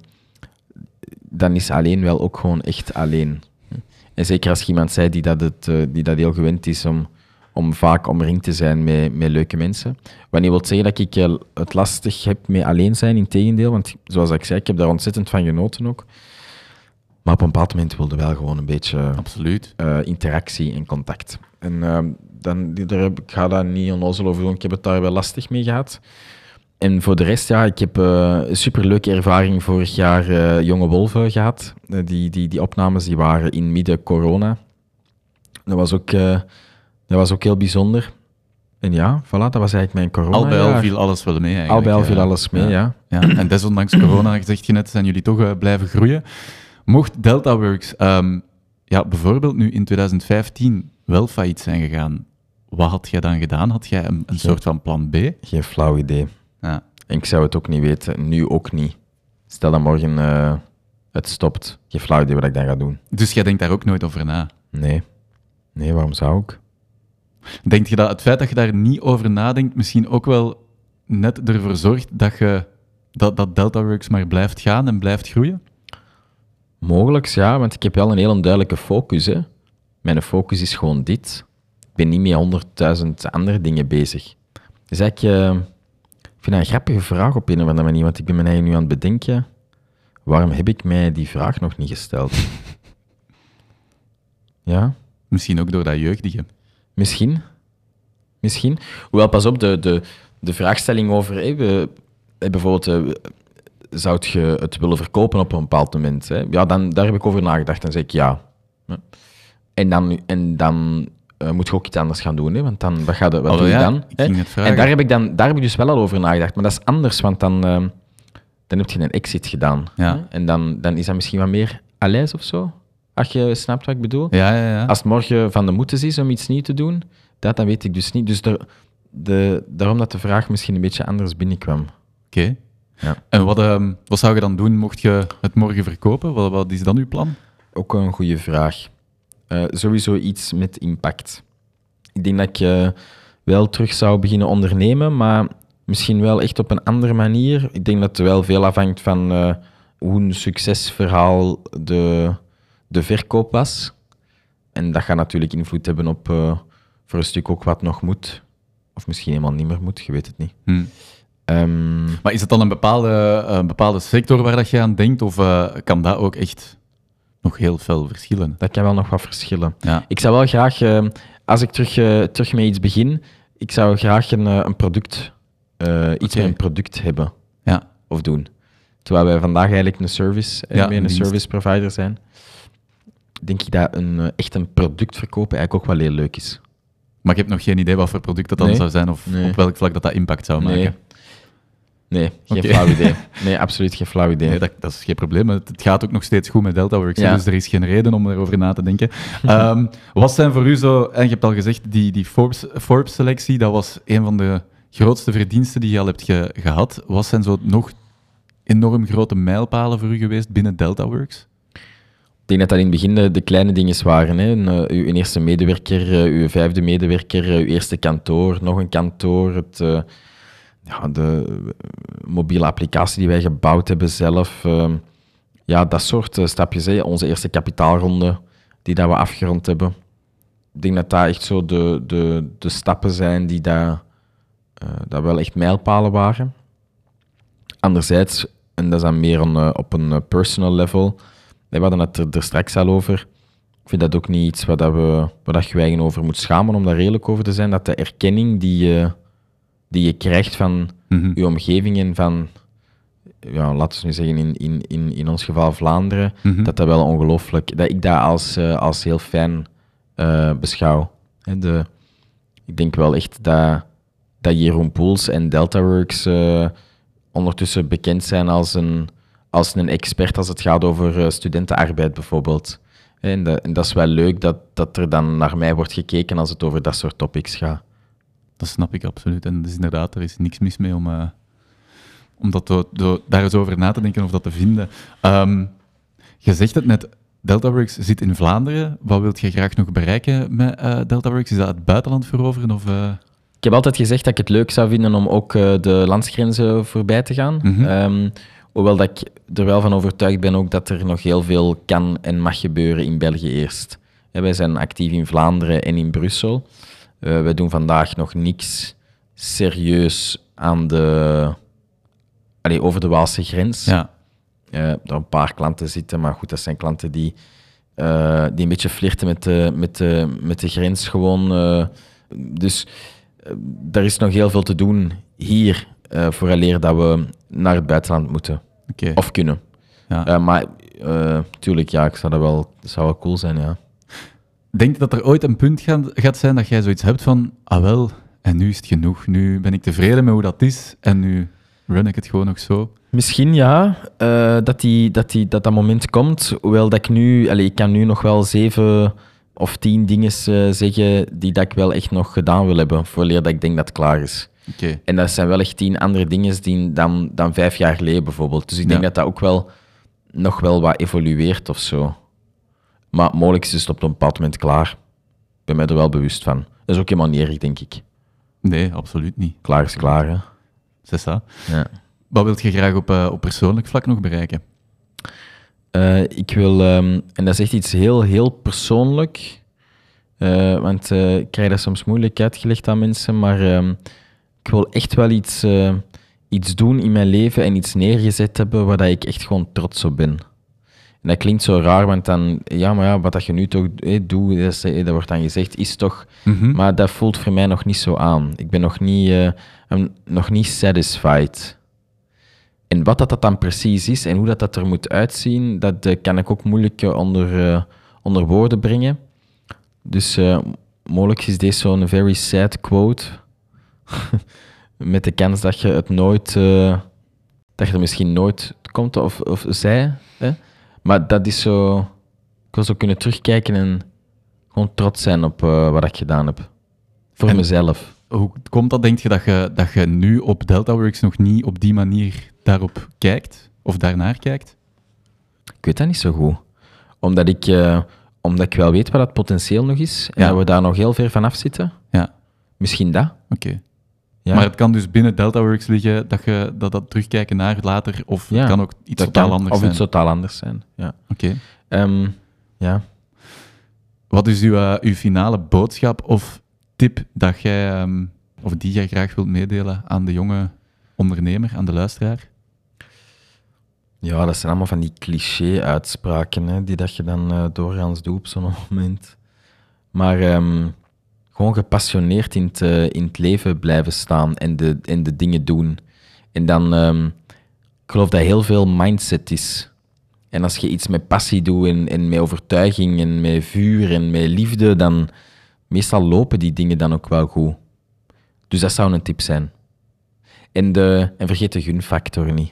dan is alleen wel ook gewoon echt alleen. En zeker als je iemand zei die dat, het, uh, die dat heel gewend is om, om vaak omringd te zijn met, met leuke mensen. Wat niet wil zeggen dat ik uh, het lastig heb met alleen zijn, integendeel. Want zoals ik zei, ik heb daar ontzettend van genoten ook. Maar op een bepaald moment wilde wel gewoon een beetje Absoluut. Uh, interactie en contact. En uh, dan, daar heb, ik ga daar niet onnozel over doen, ik heb het daar wel lastig mee gehad. En voor de rest, ja, ik heb uh, een superleuke ervaring vorig jaar uh, Jonge Wolven gehad. Uh, die, die, die opnames die waren in midden corona. Dat was ook, uh, dat was ook heel bijzonder. En ja, voilà, dat was eigenlijk mijn corona. Al bij al viel alles wel mee eigenlijk. Al bij al viel ja. alles mee, ja. ja. ja. En desondanks corona, zeg je net, zijn jullie toch uh, blijven groeien. Mocht DeltaWorks um, ja, bijvoorbeeld nu in twintig vijftien wel failliet zijn gegaan, wat had jij dan gedaan? Had jij een, een soort van plan B? Geen flauw idee. Ja. En ik zou het ook niet weten, nu ook niet. Stel dat morgen uh, het stopt, geen flauw idee wat ik dan ga doen. Dus jij denkt daar ook nooit over na? Nee. Nee, waarom zou ik? Denk je dat het feit dat je daar niet over nadenkt misschien ook wel net ervoor zorgt dat, je, dat, dat DeltaWorks maar blijft gaan en blijft groeien? Mogelijk, ja, want ik heb wel een heel duidelijke focus. Hè. Mijn focus is gewoon dit. Ik ben niet met honderdduizend andere dingen bezig. Dus ik, uh, ik vind dat een grappige vraag op een of andere manier, want ik ben me eigenlijk nu aan het bedenken, waarom heb ik mij die vraag nog niet gesteld? Ja? Misschien ook door dat jeugdige. Misschien. Misschien. Hoewel, pas op, de, de, de vraagstelling over... Hey, we, hey, bijvoorbeeld, uh, zou je het willen verkopen op een bepaald moment? Hè? Ja, dan, daar heb ik over nagedacht. Dan zeg ik ja. ja. En dan, en dan uh, moet je ook iets anders gaan doen. Hè? Want dan, wat, ga je, wat oh, doe je ja, dan? Ik ging het vragen. En daar heb, ik dan, daar heb ik dus wel al over nagedacht. Maar dat is anders, want dan, uh, dan heb je een exit gedaan. Ja. Hè? En dan, dan is dat misschien wat meer à l'aise of zo. Als je snapt wat ik bedoel. Ja, ja, ja. Als het morgen van de moeite is om iets nieuws te doen, dat dan weet ik dus niet. Dus de, de, daarom dat de vraag misschien een beetje anders binnenkwam. Oké. Okay. Ja. En wat, um, wat zou je dan doen mocht je het morgen verkopen? Wat, wat is dan uw plan? Ook een goede vraag. Uh, sowieso iets met impact. Ik denk dat ik uh, wel terug zou beginnen ondernemen, maar misschien wel echt op een andere manier. Ik denk dat het wel veel afhangt van uh, hoe een succesverhaal de, de verkoop was. En dat gaat natuurlijk invloed hebben op uh, voor een stuk ook wat nog moet. Of misschien helemaal niet meer moet, je weet het niet. Hmm. Um, maar is het dan een bepaalde, een bepaalde sector waar dat je aan denkt? Of uh, kan dat ook echt nog heel veel verschillen. Dat kan wel nog wat verschillen. Ja. Ik zou wel graag, uh, als ik terug, uh, terug met iets begin, ik zou graag een, uh, een product, uh, iets Okay. met een product hebben Ja. of doen. Terwijl wij vandaag eigenlijk een service, uh, Ja, meer een een dienst. service provider zijn, denk ik dat een, uh, echt een product verkopen eigenlijk ook wel heel leuk is. Maar ik heb nog geen idee wat voor product dat dan Nee. zou zijn of Nee. op welk vlak dat dat impact zou Nee. maken. Nee, geen Oké. flauw idee. Nee, absoluut geen flauw idee. Nee, dat, dat is geen probleem. Het het gaat ook nog steeds goed met DeltaWorks, hè, Ja. dus er is geen reden om erover na te denken. um, wat zijn voor u zo, en je hebt al gezegd, die, die Forbes, Forbes-selectie, dat was een van de grootste verdiensten die je al hebt ge- gehad. Wat zijn zo nog enorm grote mijlpalen voor u geweest binnen DeltaWorks? Ik denk dat dat in het begin de, de kleine dingen waren. Hè. Een, uh, uw eerste medewerker, uh, uw vijfde medewerker, uh, uw eerste kantoor, nog een kantoor. Het, uh, ja, de uh, mobiele applicatie die wij gebouwd hebben zelf. Uh, ja, dat soort uh, stapjes. Hè. Onze eerste kapitaalronde die dat we afgerond hebben. Ik denk dat dat echt zo de, de, de stappen zijn die dat, uh, dat wel echt mijlpalen waren. Anderzijds, en dat is dan meer een, uh, op een uh, personal level... We hadden het er, er straks al over. Ik vind dat ook niet iets waar, dat we, waar dat je eigen over moet schamen, om daar redelijk over te zijn. Dat de erkenning die je, die je krijgt van Mhm. je omgeving en van, ja, laten we nu zeggen, in, in, in, in ons geval Vlaanderen, Mhm. dat dat wel ongelooflijk, dat ik dat als, uh, als heel fijn uh, beschouw. He, de, ik denk wel echt dat, dat Jeroen Poels en DeltaWorks uh, ondertussen bekend zijn als een... als een expert als het gaat over uh, studentenarbeid bijvoorbeeld. En, dat, en dat is wel leuk dat, dat er dan naar mij wordt gekeken als het over dat soort topics gaat. Dat snap ik absoluut. En dus inderdaad, er is niks mis mee om, uh, om dat to, to, daar eens over na te denken of dat te vinden. Um, je zegt het net, DeltaWorks zit in Vlaanderen. Wat wilt je graag nog bereiken met uh, DeltaWorks? Is dat het buitenland veroveren? Of, uh... Ik heb altijd gezegd dat ik het leuk zou vinden om ook uh, de landsgrenzen voorbij te gaan. Mm-hmm. Um, Hoewel dat ik er wel van overtuigd ben ook dat er nog heel veel kan en mag gebeuren in België eerst. Ja, wij zijn actief in Vlaanderen en in Brussel. Uh, wij doen vandaag nog niks serieus aan de, allee, over de Waalse grens. Ja. Uh, er een paar klanten zitten, maar goed, dat zijn klanten die, uh, die een beetje flirten met de, met de, met de grens gewoon. Uh, dus uh, er is nog heel veel te doen hier. Uh, vooraleer dat we naar het buitenland moeten. Okay. Of kunnen. Ja. Uh, maar uh, tuurlijk, ja, ik zou dat wel, dat zou wel cool zijn, ja. Denk je dat er ooit een punt gaan, gaat zijn dat jij zoiets hebt van, ah wel, en nu is het genoeg. Nu ben ik tevreden met hoe dat is en nu run ik het gewoon nog zo. Misschien ja, uh, dat, die, dat, die, dat dat moment komt. Hoewel dat ik nu, allez, ik kan nu nog wel zeven of tien dingen uh, zeggen die dat ik wel echt nog gedaan wil hebben, vooraleer dat ik denk dat het klaar is. Okay. En dat zijn wel echt tien andere dingen die, dan, dan vijf jaar geleden bijvoorbeeld. Dus ik denk ja. dat dat ook wel nog wel wat evolueert of zo. Maar mogelijk is het op een bepaald moment klaar. Ik ben mij er wel bewust van. Dat is ook helemaal niet erg, denk ik. Nee, absoluut niet. Klaar is klaar, hè. C'est ça. Ja. Wat wil je graag op, uh, op persoonlijk vlak nog bereiken? Uh, ik wil, um, en dat is echt iets heel, heel persoonlijk. Uh, want uh, ik krijg dat soms moeilijk uitgelegd aan mensen, maar... Um, Ik wil echt wel iets, uh, iets doen in mijn leven en iets neergezet hebben waar dat ik echt gewoon trots op ben. En dat klinkt zo raar, want dan, ja, maar ja, wat dat je nu toch eh, doet, dat, is, eh, dat wordt dan gezegd, is toch... Mm-hmm. Maar dat voelt voor mij nog niet zo aan. Ik ben nog niet, uh, I'm nog niet satisfied. En wat dat, dat dan precies is en hoe dat, dat er moet uitzien, dat uh, kan ik ook moeilijk uh, onder, uh, onder woorden brengen. Dus uh, mogelijk is deze zo'n very sad quote... Met de kans dat je het nooit, uh, dat je er misschien nooit komt of, of zij. Hè? Maar dat is zo, ik wil zo kunnen terugkijken en gewoon trots zijn op uh, wat ik gedaan heb. Voor en mezelf. Hoe komt dat, denk je, dat je, dat je nu op DeltaWorks nog niet op die manier daarop kijkt? Of daarnaar kijkt? Ik weet dat niet zo goed. Omdat ik, uh, omdat ik wel weet wat het potentieel nog is. En ja. dat we daar nog heel ver vanaf zitten. Ja. Misschien dat. Oké. Okay. Ja. Maar het kan dus binnen DeltaWorks liggen dat je dat, dat terugkijken naar later, of ja. het kan ook iets dat totaal kan, anders of zijn. iets totaal anders zijn, ja. Oké. Okay. Um, ja. Wat is uw, uh, uw finale boodschap of tip dat jij, um, of die jij graag wilt meedelen aan de jonge ondernemer, aan de luisteraar? Ja, dat zijn allemaal van die cliché-uitspraken, hè, die dat je dan uh, doorgaans doet op zo'n moment. Maar um, gewoon gepassioneerd in het, uh, in het leven blijven staan en de, en de dingen doen. En dan, um, ik geloof dat heel veel mindset is. En als je iets met passie doet en, en met overtuiging en met vuur en met liefde, dan meestal lopen die dingen dan ook wel goed. Dus dat zou een tip zijn. En, de, en vergeet de gunfactor niet.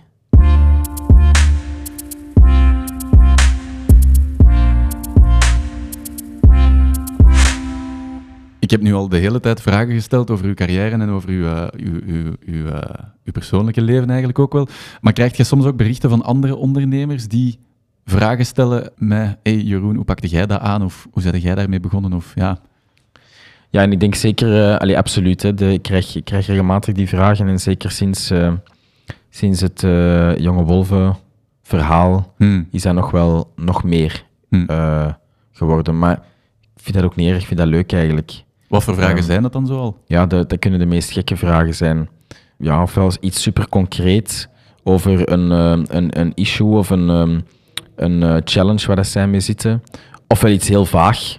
Ik heb nu al de hele tijd vragen gesteld over uw carrière en over uw, uh, uw, uw, uw, uh, uw persoonlijke leven eigenlijk ook wel. Maar krijg je soms ook berichten van andere ondernemers die vragen stellen met hey Jeroen, hoe pakte jij dat aan? Of hoe ben jij daarmee begonnen? Of, ja. ja, en ik denk zeker, uh, allee, absoluut. Hè, de, ik, krijg, ik krijg regelmatig die vragen en zeker sinds, uh, sinds het uh, Jonge Wolven verhaal hmm. is dat nog wel nog meer hmm. uh, geworden. Maar ik vind dat ook niet erg, ik vind dat leuk eigenlijk. Wat voor vragen um, zijn dat dan zoal? Ja, de, dat kunnen de meest gekke vragen zijn. Ja, ofwel iets super concreet over een, uh, een, een issue of een, um, een uh, challenge waar dat zij mee zitten. Ofwel iets heel vaag.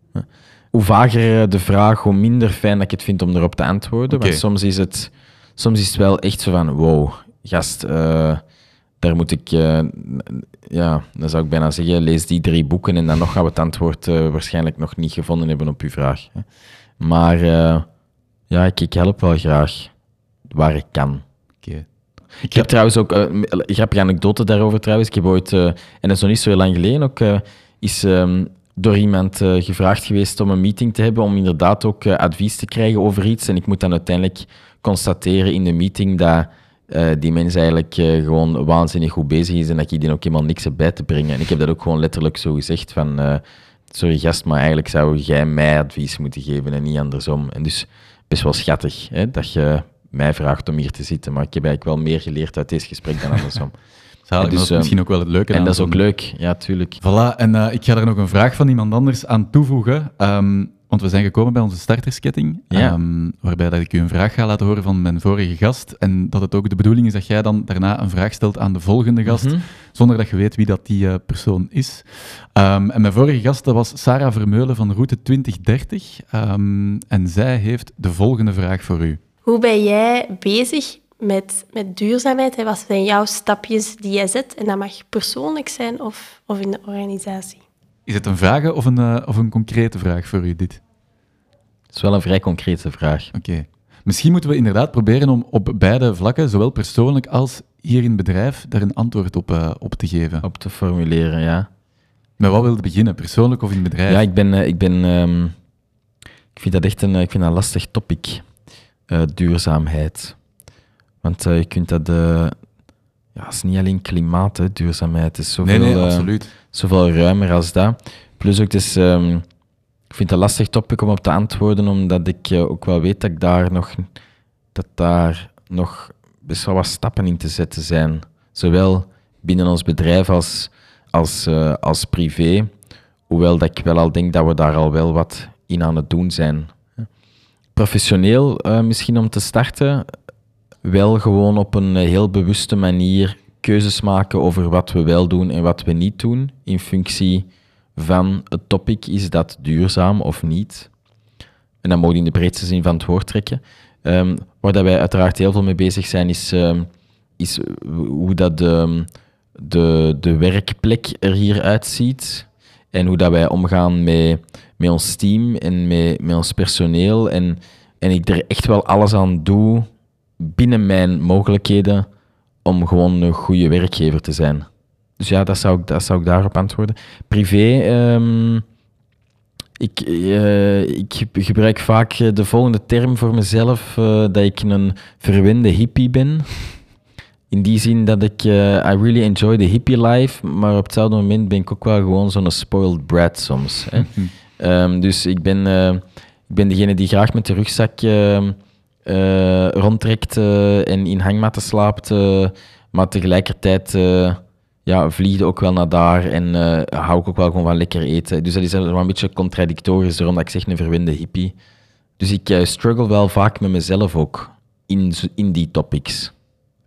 Hoe vager de vraag, hoe minder fijn dat ik het vind om erop te antwoorden. Okay. Want soms is, het, soms is het wel echt zo van, wow, gast, uh, daar moet ik... Uh, ja, dan zou ik bijna zeggen, lees die drie boeken en dan nog gaan we het antwoord uh, waarschijnlijk nog niet gevonden hebben op uw vraag. Maar uh, ja, ik, ik help wel graag waar ik kan. Okay. Ik heb trouwens ook uh, een grappige anekdote daarover trouwens. Ik heb ooit, uh, en dat is nog niet zo heel lang geleden, ook uh, is um, door iemand uh, gevraagd geweest om een meeting te hebben, om inderdaad ook uh, advies te krijgen over iets. En ik moet dan uiteindelijk constateren in de meeting dat uh, die mens eigenlijk uh, gewoon waanzinnig goed bezig is en dat ik die ook helemaal niks heb bij te brengen. En ik heb dat ook gewoon letterlijk zo gezegd van... Uh, sorry gast, maar eigenlijk zou jij mij advies moeten geven en niet andersom. En dus best wel schattig hè, dat je mij vraagt om hier te zitten, maar ik heb eigenlijk wel meer geleerd uit deze gesprek dan andersom. Zalig, dus, dat is misschien ook wel het leuke. En dat is ook leuk, ja, tuurlijk. Voilà, en uh, ik ga er nog een vraag van iemand anders aan toevoegen, um, want we zijn gekomen bij onze startersketting, ja. um, waarbij dat ik u een vraag ga laten horen van mijn vorige gast, en dat het ook de bedoeling is dat jij dan daarna een vraag stelt aan de volgende gast, mm-hmm. zonder dat je weet wie dat die uh, persoon is. Um, en mijn vorige gast, dat was Sarah Vermeulen van Route twintig dertig, um, en zij heeft de volgende vraag voor u. Hoe ben jij bezig met, met duurzaamheid? Hè? Wat zijn jouw stapjes die jij zet? En dat mag persoonlijk zijn of, of in de organisatie. Is het een vraag of een, uh, of een concrete vraag voor u, dit? Het is wel een vrij concrete vraag. Oké. Okay. Misschien moeten we inderdaad proberen om op beide vlakken, zowel persoonlijk als hier in het bedrijf, daar een antwoord op, uh, op te geven. Op te formuleren, ja. Met wat wil je beginnen, persoonlijk of in het bedrijf? Ja, ik ben... Uh, ik, ben um, ik vind dat echt een, ik vind dat een lastig topic. Uh, duurzaamheid. Want uh, je kunt dat... Uh, ja, het is niet alleen klimaat, hè, duurzaamheid. Het is zoveel, nee, nee, uh, absoluut. Zoveel ruimer als dat. Plus ook, dus, um, ik vind het een lastig topic om op te antwoorden, omdat ik uh, ook wel weet dat ik daar nog... dat daar nog best wel wat stappen in te zetten zijn. Zowel binnen ons bedrijf als, als, uh, als privé. Hoewel dat ik wel al denk dat we daar al wel wat in aan het doen zijn. Professioneel uh, misschien om te starten, wel gewoon op een heel bewuste manier keuzes maken over wat we wel doen en wat we niet doen, in functie van het topic, is dat duurzaam of niet? En dan moet je in de breedste zin van het woord trekken. Um, waar dat wij uiteraard heel veel mee bezig zijn, is, um, is hoe dat de, de, de werkplek er hier uitziet en hoe dat wij omgaan met, met ons team en met, met ons personeel. En, en ik er echt wel alles aan doe binnen mijn mogelijkheden om gewoon een goede werkgever te zijn. Dus ja, dat zou ik, dat zou ik daarop antwoorden. Privé, um, ik, uh, ik gebruik vaak de volgende term voor mezelf, uh, dat ik een verwende hippie ben. In die zin dat ik, uh, I really enjoy the hippie life, maar op hetzelfde moment ben ik ook wel gewoon zo'n spoiled brat soms. Hè. um, dus ik ben, uh, ik ben degene die graag met de rugzak uh, uh, rondtrekt uh, en in hangmatten slaapt, uh, maar tegelijkertijd uh, ja, vlieg ook wel naar daar en uh, hou ik ook wel gewoon van lekker eten. Dus dat is wel een beetje contradictorisch, daarom dat ik zeg een verwende hippie. Dus ik uh, struggle wel vaak met mezelf ook in, in die topics.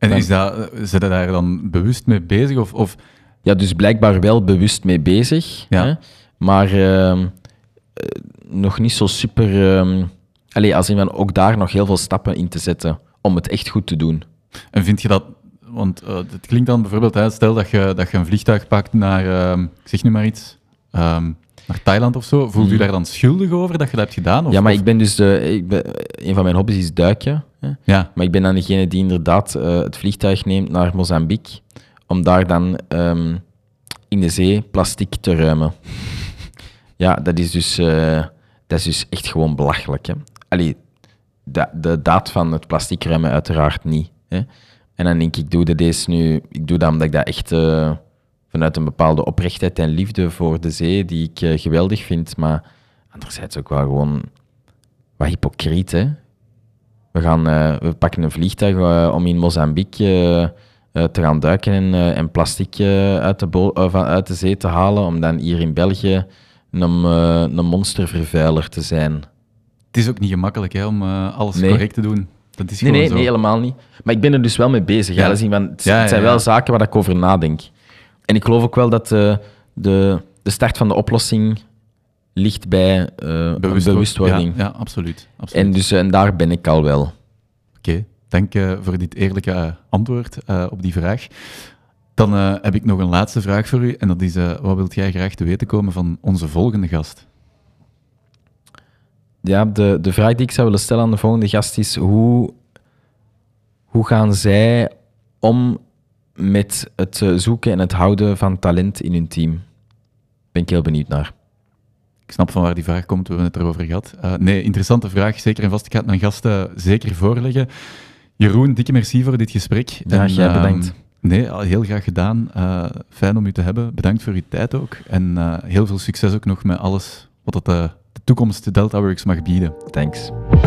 En Dan- is dat, zijn je daar dan bewust mee bezig? Of, of... Ja, dus blijkbaar wel bewust mee bezig. Ja. Hè? Maar ehm, eh, nog niet zo super... ehm allee, als in van ook daar nog heel veel stappen in te zetten om het echt goed te doen. En vind je dat... Want uh, het klinkt dan bijvoorbeeld, hè, stel dat je, dat je een vliegtuig pakt naar, uh, ik zeg nu maar iets, um, naar Thailand of zo. Voel je je daar dan schuldig over dat je dat hebt gedaan? Of, ja, maar of... ik ben dus... De, ik ben, een van mijn hobby's is duiken. Hè? Ja. Maar ik ben dan degene die inderdaad uh, het vliegtuig neemt naar Mozambique, om daar dan um, in de zee plastic te ruimen. Ja, dat is dus, uh, dat is dus echt gewoon belachelijk. Hè? Allee, de, de daad van het plastic ruimen uiteraard niet. Hè? En dan denk ik, ik doe dat deze nu... Ik doe dat omdat ik dat echt uh, vanuit een bepaalde oprechtheid en liefde voor de zee, die ik uh, geweldig vind, maar anderzijds ook wel gewoon wat hypocriet, hè. We, gaan, uh, we pakken een vliegtuig uh, om in Mozambique uh, uh, te gaan duiken en, uh, en plastic uh, uit, de bo- uh, van, uit de zee te halen, om dan hier in België een, uh, een monstervervuiler te zijn. Het is ook niet gemakkelijk hè, om uh, alles Nee. correct te doen. Dat is Nee, gewoon nee, zo. nee, helemaal niet. Maar ik ben er dus wel mee bezig. Ja. Ja. Dat is niet van, het, Ja, het zijn ja, ja. wel zaken waar ik over nadenk. En ik geloof ook wel dat uh, de, de start van de oplossing ligt bij uh, Bewust- bewustwording. Ja, ja, absoluut. absoluut. En, dus, en daar ben ik al wel. Oké, okay. Dank uh, voor dit eerlijke uh, antwoord uh, op die vraag. Dan uh, heb ik nog een laatste vraag voor u. En dat is, uh, wat wilt jij graag te weten komen van onze volgende gast? Ja, de, de vraag die ik zou willen stellen aan de volgende gast is: hoe, hoe gaan zij om met het uh, zoeken en het houden van talent in hun team? Ben ik heel benieuwd naar. Ik snap van waar die vraag komt, we hebben het erover gehad. Uh, nee, interessante vraag, zeker en vast. Ik ga het mijn gasten zeker voorleggen. Jeroen, dikke merci voor dit gesprek. Ja, jij uh, bedankt. Nee, al heel graag gedaan. Uh, fijn om u te hebben. Bedankt voor uw tijd ook. En uh, heel veel succes ook nog met alles wat het, uh, de toekomst Deltaworks mag bieden. Thanks.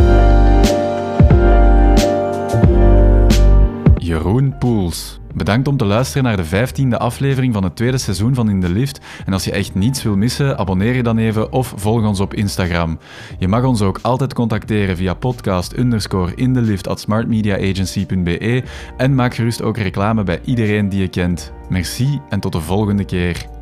Jeroen Poels. Bedankt om te luisteren naar de vijftiende aflevering van het tweede seizoen van In de Lift. En als je echt niets wil missen, abonneer je dan even of volg ons op Instagram. Je mag ons ook altijd contacteren via podcast underscore in de lift at smartmediaagency punt be en maak gerust ook reclame bij iedereen die je kent. Merci en tot de volgende keer.